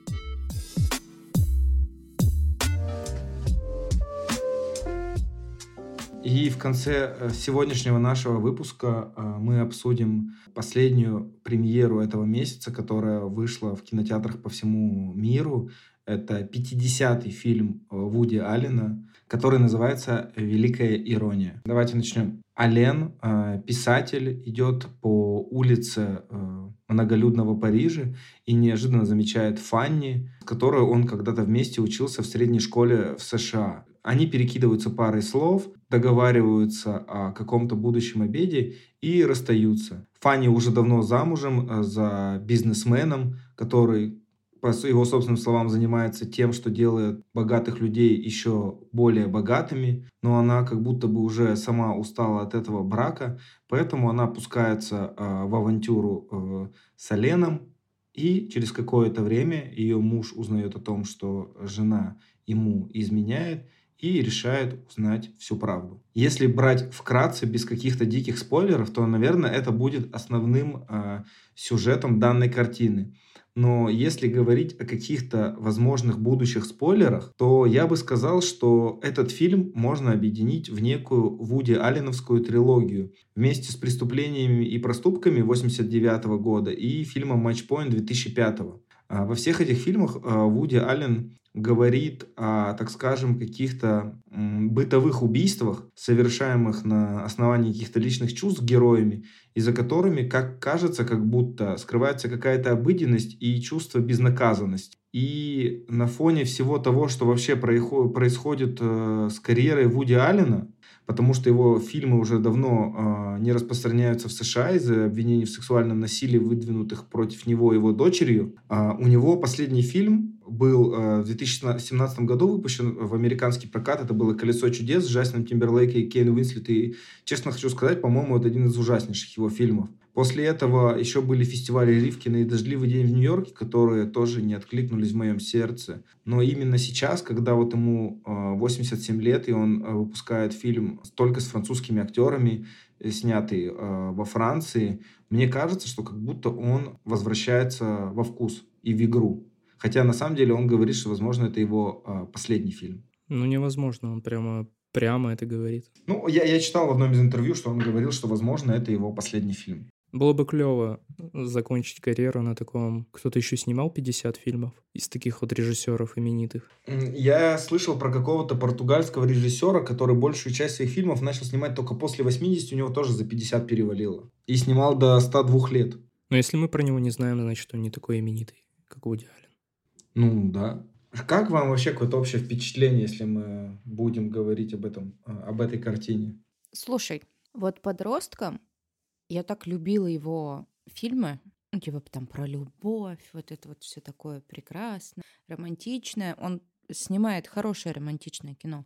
Speaker 2: И в конце сегодняшнего нашего выпуска мы обсудим последнюю премьеру этого месяца, которая вышла в кинотеатрах по всему миру. Это 50-й фильм Вуди Аллена, который называется «Великая ирония». Давайте начнем. Аллен, писатель, идет по улице многолюдного Парижа и неожиданно замечает Фанни, с которой он когда-то вместе учился в средней школе в США. Они перекидываются парой слов, договариваются о каком-то будущем обеде и расстаются. Фанни уже давно замужем за бизнесменом, который, по его собственным словам, занимается тем, что делает богатых людей еще более богатыми, но она как будто бы уже сама устала от этого брака, поэтому она пускается в авантюру с Алленом, и через какое-то время ее муж узнает о том, что жена ему изменяет, и решает узнать всю правду. Если брать вкратце, без каких-то диких спойлеров, то, наверное, это будет основным сюжетом данной картины. Но если говорить о каких-то возможных будущих спойлерах, то я бы сказал, что этот фильм можно объединить в некую Вуди Алленовскую трилогию вместе с «Преступлениями и проступками» 1989 года и фильмом «Матчпоинт» 2005. Во всех этих фильмах Вуди Аллен говорит о, так скажем, каких-то бытовых убийствах, совершаемых на основании каких-то личных чувств героями, и за которыми, как кажется, как будто скрывается какая-то обыденность и чувство безнаказанности. И на фоне всего того, что вообще происходит с карьерой Вуди Аллена, потому что его фильмы уже давно не распространяются в США из-за обвинений в сексуальном насилии, выдвинутых против него и его дочерью. У него последний фильм был в 2017 году выпущен в американский прокат. Это было «Колесо чудес» с Джастином Тимберлейком и Кейн Уинслет. И, честно хочу сказать, по-моему, это один из ужаснейших его фильмов. После этого еще были фестивали Ривкина и «Дождливый день в Нью-Йорке», которые тоже не откликнулись в моем сердце. Но именно сейчас, когда вот ему 87 лет, и он выпускает фильм только с французскими актерами, снятый во Франции, мне кажется, что как будто он возвращается во вкус и в игру. Хотя на самом деле он говорит, что, возможно, это его последний фильм.
Speaker 1: Ну, невозможно, он прямо это говорит.
Speaker 2: Ну, я читал в одном из интервью, что он говорил, что, возможно, это его последний фильм.
Speaker 1: Было бы клево закончить карьеру на таком... Кто-то еще снимал 50 фильмов из таких вот режиссеров именитых.
Speaker 2: Я слышал про какого-то португальского режиссера, который большую часть своих фильмов начал снимать только после 80, у него тоже за 50 перевалило. И снимал до 102 лет.
Speaker 1: Но если мы про него не знаем, значит, он не такой именитый, как Вуди Аллен.
Speaker 2: Ну, да. Как вам вообще какое-то общее впечатление, если мы будем говорить об этой картине?
Speaker 3: Слушай, вот подростком я так любила его фильмы, ну, типа там про любовь, вот это вот все такое прекрасное, романтичное. Он снимает хорошее романтичное кино.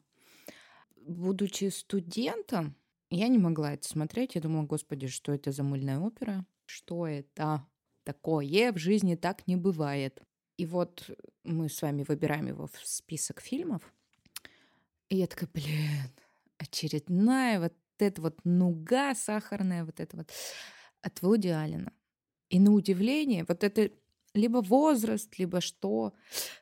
Speaker 3: Будучи студентом, я не могла это смотреть. Я думала, господи, что это за мыльная опера? Что это такое? В жизни так не бывает. И вот мы с вами выбираем его в список фильмов. И я такая, очередная вот это вот нуга сахарная, вот это вот от Вуди Аллена. И на удивление, вот это либо возраст, либо что.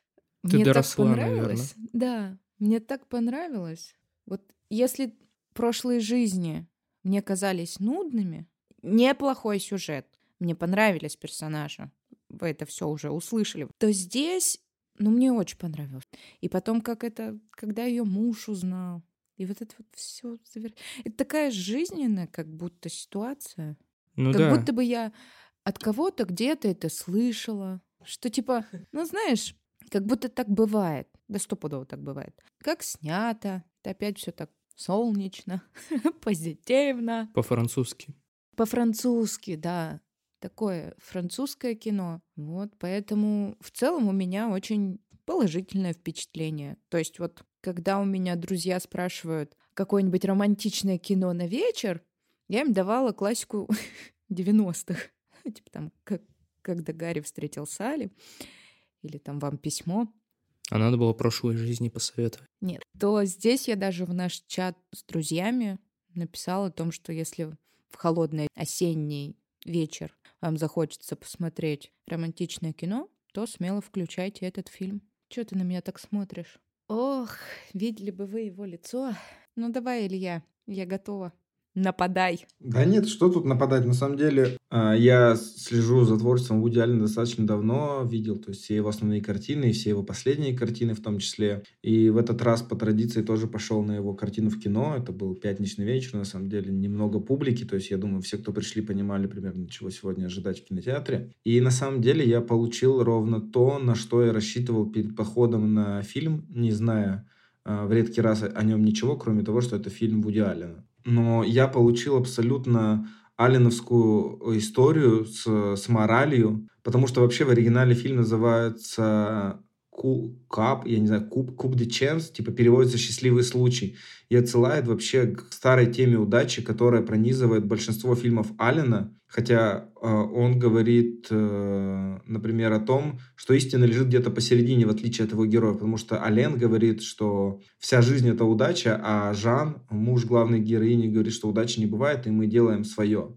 Speaker 1: Ты
Speaker 3: Мне так
Speaker 1: доросла,
Speaker 3: понравилось. Да, мне так понравилось. Вот если прошлые жизни мне казались нудными, неплохой сюжет, мне понравились персонажи, вы это все уже услышали, то здесь, мне очень понравилось. И потом, когда ее муж узнал, и вот это вот все. Это такая жизненная, как будто ситуация.
Speaker 1: Ну
Speaker 3: Как
Speaker 1: да,
Speaker 3: будто бы я от кого-то где-то это слышала. Что типа, знаешь, как будто так бывает. Да стопудово так бывает. Как снято. Опять все так солнечно, позитивно.
Speaker 1: по-французски.
Speaker 3: По-французски, да. Такое французское кино. Вот, поэтому в целом у меня очень положительное впечатление. То есть вот, когда у меня друзья спрашивают какое-нибудь романтичное кино на вечер, я им давала классику 90-х. Типа там, когда Гарри встретил Салли, или там «Вам письмо».
Speaker 1: А надо было прошлой жизни посоветовать.
Speaker 3: Нет, то здесь я даже в наш чат с друзьями написала о том, что если в холодный осенний вечер вам захочется посмотреть романтичное кино, то смело включайте этот фильм. Чего ты на меня так смотришь? Ох, видели бы вы его лицо. Ну давай, Илья, я готова. Нападай.
Speaker 2: Да нет, что тут нападать? На самом деле, я слежу за творчеством Вуди Аллена достаточно давно, видел, то есть все его основные картины и все его последние картины в том числе. И в этот раз по традиции тоже пошел на его картину в кино. Это был пятничный вечер, на самом деле немного публики, то есть я думаю, все, кто пришли, понимали примерно, чего сегодня ожидать в кинотеатре. И на самом деле я получил ровно то, на что я рассчитывал перед походом на фильм, не зная в редкий раз о нем ничего, кроме того, что это фильм Вуди Аллена. Но я получил абсолютно алленовскую историю с моралью, потому что вообще в оригинале фильм называется Кап, я не знаю, Куб де Ченс, типа переводится «счастливый случай», и отсылает вообще к старой теме удачи, которая пронизывает большинство фильмов Аллена, хотя он говорит, например, о том, что истина лежит где-то посередине, в отличие от его героя, потому что Аллен говорит, что вся жизнь — это удача, а Жан, муж главной героини, говорит, что удачи не бывает, и мы делаем свое.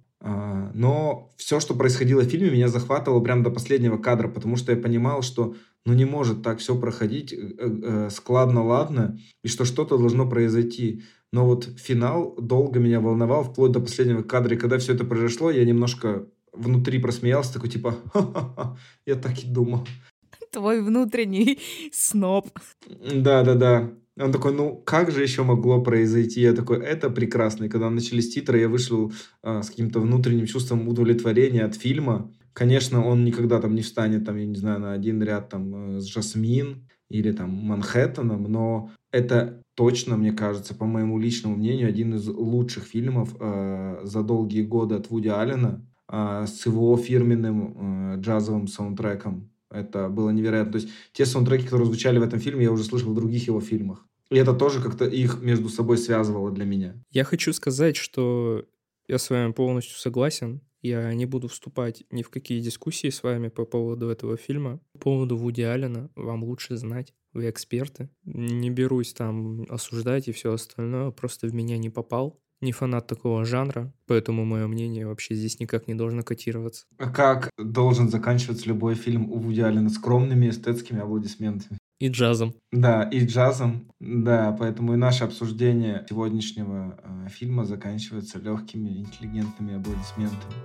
Speaker 2: Но все, что происходило в фильме, меня захватывало прямо до последнего кадра, потому что я понимал, что не может так все проходить складно-ладно, и что что-то должно произойти. Но вот финал долго меня волновал, вплоть до последнего кадра, и когда все это произошло, я немножко внутри просмеялся, такой типа, ха-ха-ха, я так и думал.
Speaker 3: Твой внутренний сноб.
Speaker 2: Да-да-да. Он такой, ну, как же еще могло произойти? Я такой, это прекрасно. И когда начались титры, я вышел с каким-то внутренним чувством удовлетворения от фильма. Конечно, он никогда там не встанет, там, я не знаю, на один ряд там с «Жасмин» или там «Манхэттеном», но это точно, мне кажется, по моему личному мнению, один из лучших фильмов за долгие годы от Вуди Аллена с его фирменным джазовым саундтреком. Это было невероятно. То есть те саундтреки, которые звучали в этом фильме, я уже слышал в других его фильмах. И это тоже как-то их между собой связывало для меня.
Speaker 1: Я хочу сказать, что я с вами полностью согласен. Я не буду вступать ни в какие дискуссии с вами по поводу этого фильма. По поводу Вуди Аллена вам лучше знать. Вы эксперты. Не берусь там осуждать и все остальное. Просто в меня не попал. Не фанат такого жанра, поэтому мое мнение вообще здесь никак не должно котироваться.
Speaker 2: А как должен заканчиваться любой фильм у Вуди Аллена? Скромными эстетскими аплодисментами.
Speaker 1: И джазом.
Speaker 2: Да, и джазом. Да, поэтому и наше обсуждение сегодняшнего фильма заканчивается легкими, интеллигентными аплодисментами.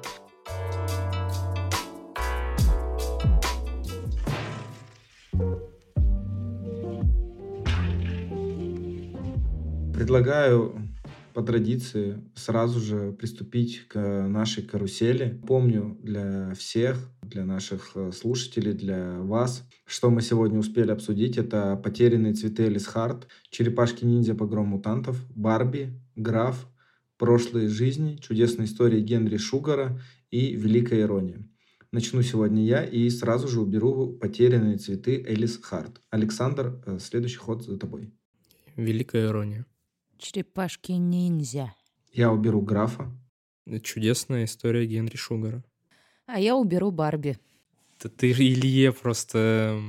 Speaker 2: Предлагаю по традиции сразу же приступить к нашей карусели. Помню для всех, для наших слушателей, для вас, что мы сегодня успели обсудить. Это «Потерянные цветы» Элис Харт, «Черепашки-ниндзя. Погром мутантов», «Барби», «Граф», «Прошлые жизни», «Чудесная история» Генри Шугара и «Великая ирония». Начну сегодня я и сразу же уберу «Потерянные цветы» Элис Харт. Александр, следующий ход за тобой.
Speaker 1: Великая ирония.
Speaker 3: Черепашки-ниндзя.
Speaker 2: Я уберу «Графа».
Speaker 1: Чудесная история Генри Шугара.
Speaker 3: А я уберу Барби.
Speaker 1: Ты Илье просто...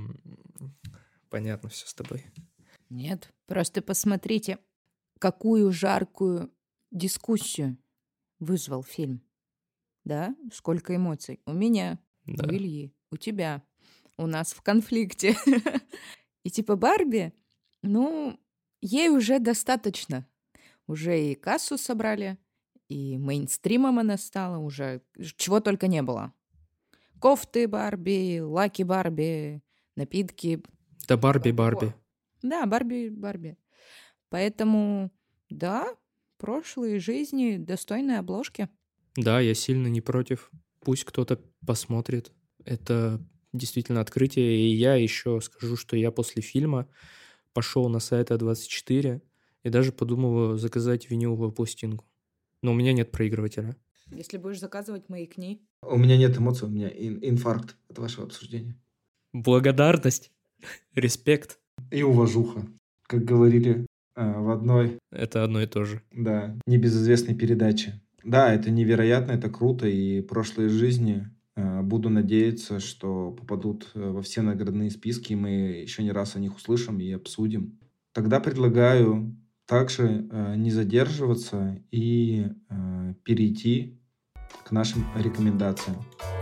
Speaker 1: Понятно все с тобой.
Speaker 3: Нет, просто посмотрите, какую жаркую дискуссию вызвал фильм. Да? Сколько эмоций. У меня,
Speaker 1: Да.
Speaker 3: у Ильи, у тебя. У нас в конфликте. И типа Барби, ну, ей уже достаточно. Уже и кассу собрали, и мейнстримом она стала, уже чего только не было. Кофты Барби, лаки Барби, напитки.
Speaker 1: Да Барби.
Speaker 3: Да, Барби. Поэтому, да, прошлые жизни достойной обложки.
Speaker 1: Да, я сильно не против. Пусть кто-то посмотрит. Это действительно открытие. И я еще скажу, что я после фильма пошел на сайт А24 и даже подумываю заказать виниловую пластинку. Но у меня нет проигрывателя.
Speaker 3: Если будешь заказывать, маякни.
Speaker 2: У меня нет эмоций, у меня инфаркт от вашего обсуждения.
Speaker 1: Благодарность, респект.
Speaker 2: И уважуха, как говорили в одной,
Speaker 1: Это одно и то же.
Speaker 2: да, небезызвестной передаче. Да, это невероятно, это круто, и прошлые жизни буду надеяться, что попадут во все наградные списки, и мы еще не раз о них услышим и обсудим. Тогда предлагаю также не задерживаться и перейти к нашим рекомендациям.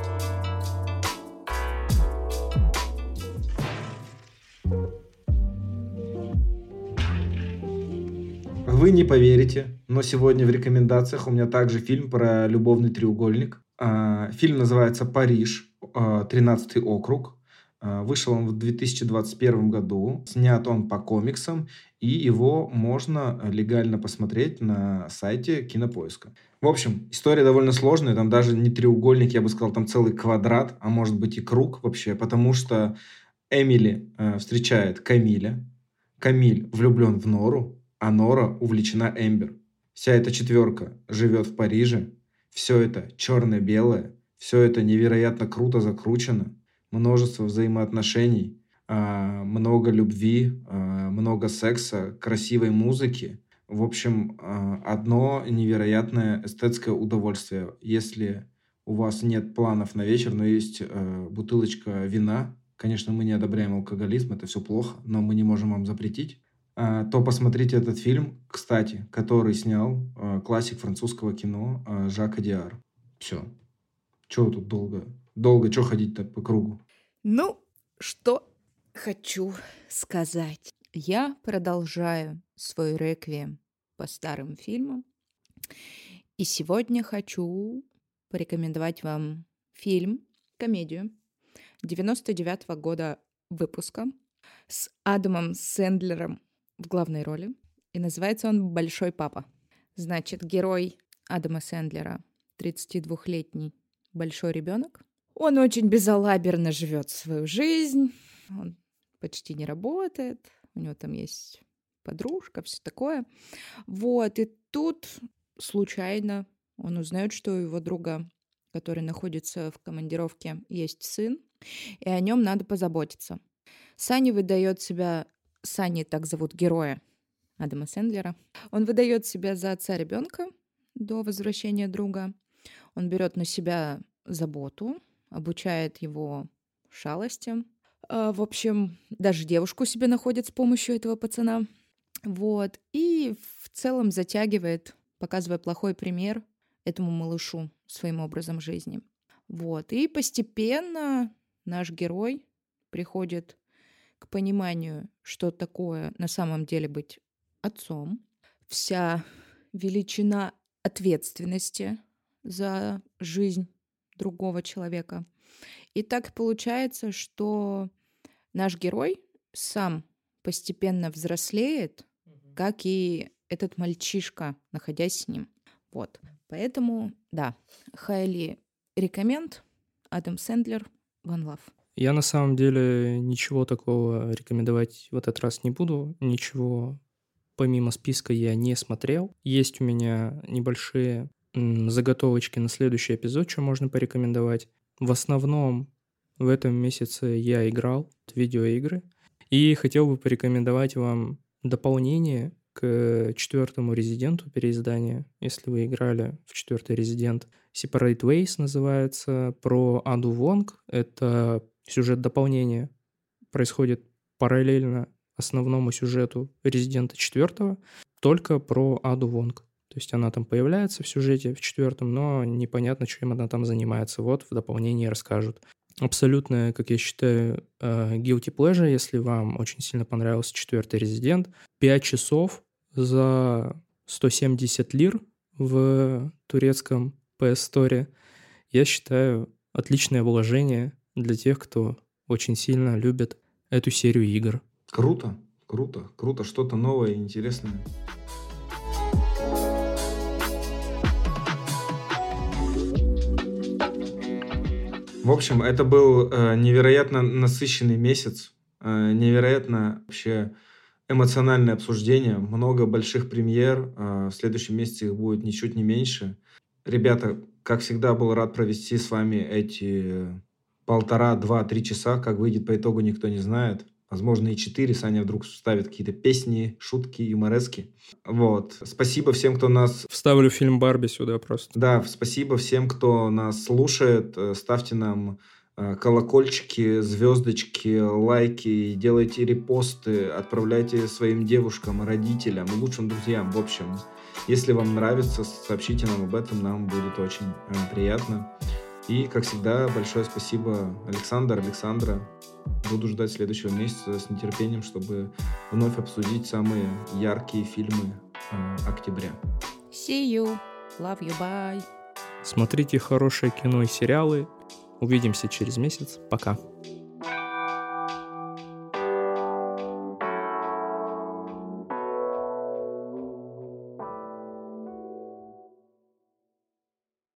Speaker 2: Вы не поверите, но сегодня в рекомендациях у меня также фильм про любовный треугольник. Фильм называется «Париж. 13-й округ». Вышел он в 2021 году. Снят он по комиксам, и его можно легально посмотреть на сайте Кинопоиска. В общем, история довольно сложная. Там даже не треугольник, я бы сказал, там целый квадрат, а может быть и круг вообще, потому что Эмили встречает Камиля. Камиль влюблен в Нору, а Нора увлечена Эмбер. Вся эта четверка живет в Париже. Все это черно-белое. Все это невероятно круто закручено. Множество взаимоотношений, много любви, много секса, красивой музыки. В общем, одно невероятное эстетское удовольствие. Если у вас нет планов на вечер, но есть бутылочка вина, конечно, мы не одобряем алкоголизм, это все плохо, но мы не можем вам запретить, то посмотрите этот фильм, кстати, который снял классик французского кино Жак Одиар. Все. Чего тут долго что ходить-то по кругу?
Speaker 3: Ну, что хочу сказать. Я продолжаю свой реквием по старым фильмам. И сегодня хочу порекомендовать вам фильм, комедию 99-го года выпуска с Адамом Сэндлером в главной роли. И называется он «Большой папа». Значит, герой Адама Сэндлера, 32-летний большой ребенок. Он очень безалаберно живет свою жизнь. Он почти не работает. У него там есть подружка, все такое. Вот. И тут случайно он узнает, что у его друга, который находится в командировке, есть сын, и о нем надо позаботиться. Санни выдает себя... Санни, так зовут героя Адама Сэндлера. Он выдает себя за отца ребенка до возвращения друга. Он берет на себя заботу, обучает его шалостям. В общем, даже девушку себе находит с помощью этого пацана. Вот. И в целом затягивает, показывая плохой пример этому малышу своим образом жизни. Вот. И постепенно наш герой приходит к пониманию, что такое на самом деле быть отцом. Вся величина ответственности за жизнь другого человека. И так получается, что наш герой сам постепенно взрослеет, как и этот мальчишка, находясь с ним. Вот. Поэтому, да, highly recommend. Адам Сэндлер, One Love.
Speaker 1: Я на самом деле ничего такого рекомендовать в этот раз не буду. Ничего помимо списка я не смотрел. Есть у меня небольшие заготовочки на следующий эпизод, что можно порекомендовать. В основном в этом месяце я играл в видеоигры. И хотел бы порекомендовать вам дополнение к 4-му Резиденту переиздания, если вы играли в 4-й Резидент. Separate Ways называется, про Аду Вонг. Это сюжет дополнения. Происходит параллельно основному сюжету Резидента 4, только про Аду Вонг. То есть она там появляется в сюжете в 4-м, но непонятно, чем она там занимается. Вот в дополнении расскажут. Абсолютно, как я считаю, guilty pleasure, если вам очень сильно понравился 4-й Резидент. 5 часов за 170 лир в турецком PS Store. Я считаю, отличное вложение для тех, кто очень сильно любит эту серию игр.
Speaker 2: Круто, круто, круто. Что-то новое и интересное. В общем, это был невероятно насыщенный месяц, невероятно вообще эмоциональное обсуждение, много больших премьер, в следующем месяце их будет ничуть не меньше. Ребята, как всегда, был рад провести с вами эти 1,5, 2, 3 часа, как выйдет по итогу, никто не знает. Возможно, и 4. Саня вдруг вставит какие-то песни, шутки, юморески. Вот. Спасибо всем, кто нас...
Speaker 1: Вставлю фильм «Барби» сюда просто.
Speaker 2: Да, спасибо всем, кто нас слушает. Ставьте нам колокольчики, звездочки, лайки, делайте репосты, отправляйте своим девушкам, родителям, лучшим друзьям. В общем, если вам нравится, сообщите нам об этом, нам будет очень приятно. И, как всегда, большое спасибо, Александра. Буду ждать следующего месяца с нетерпением, чтобы вновь обсудить самые яркие фильмы октября.
Speaker 3: See you. Love you. Bye.
Speaker 1: Смотрите хорошее кино и сериалы. Увидимся через месяц. Пока.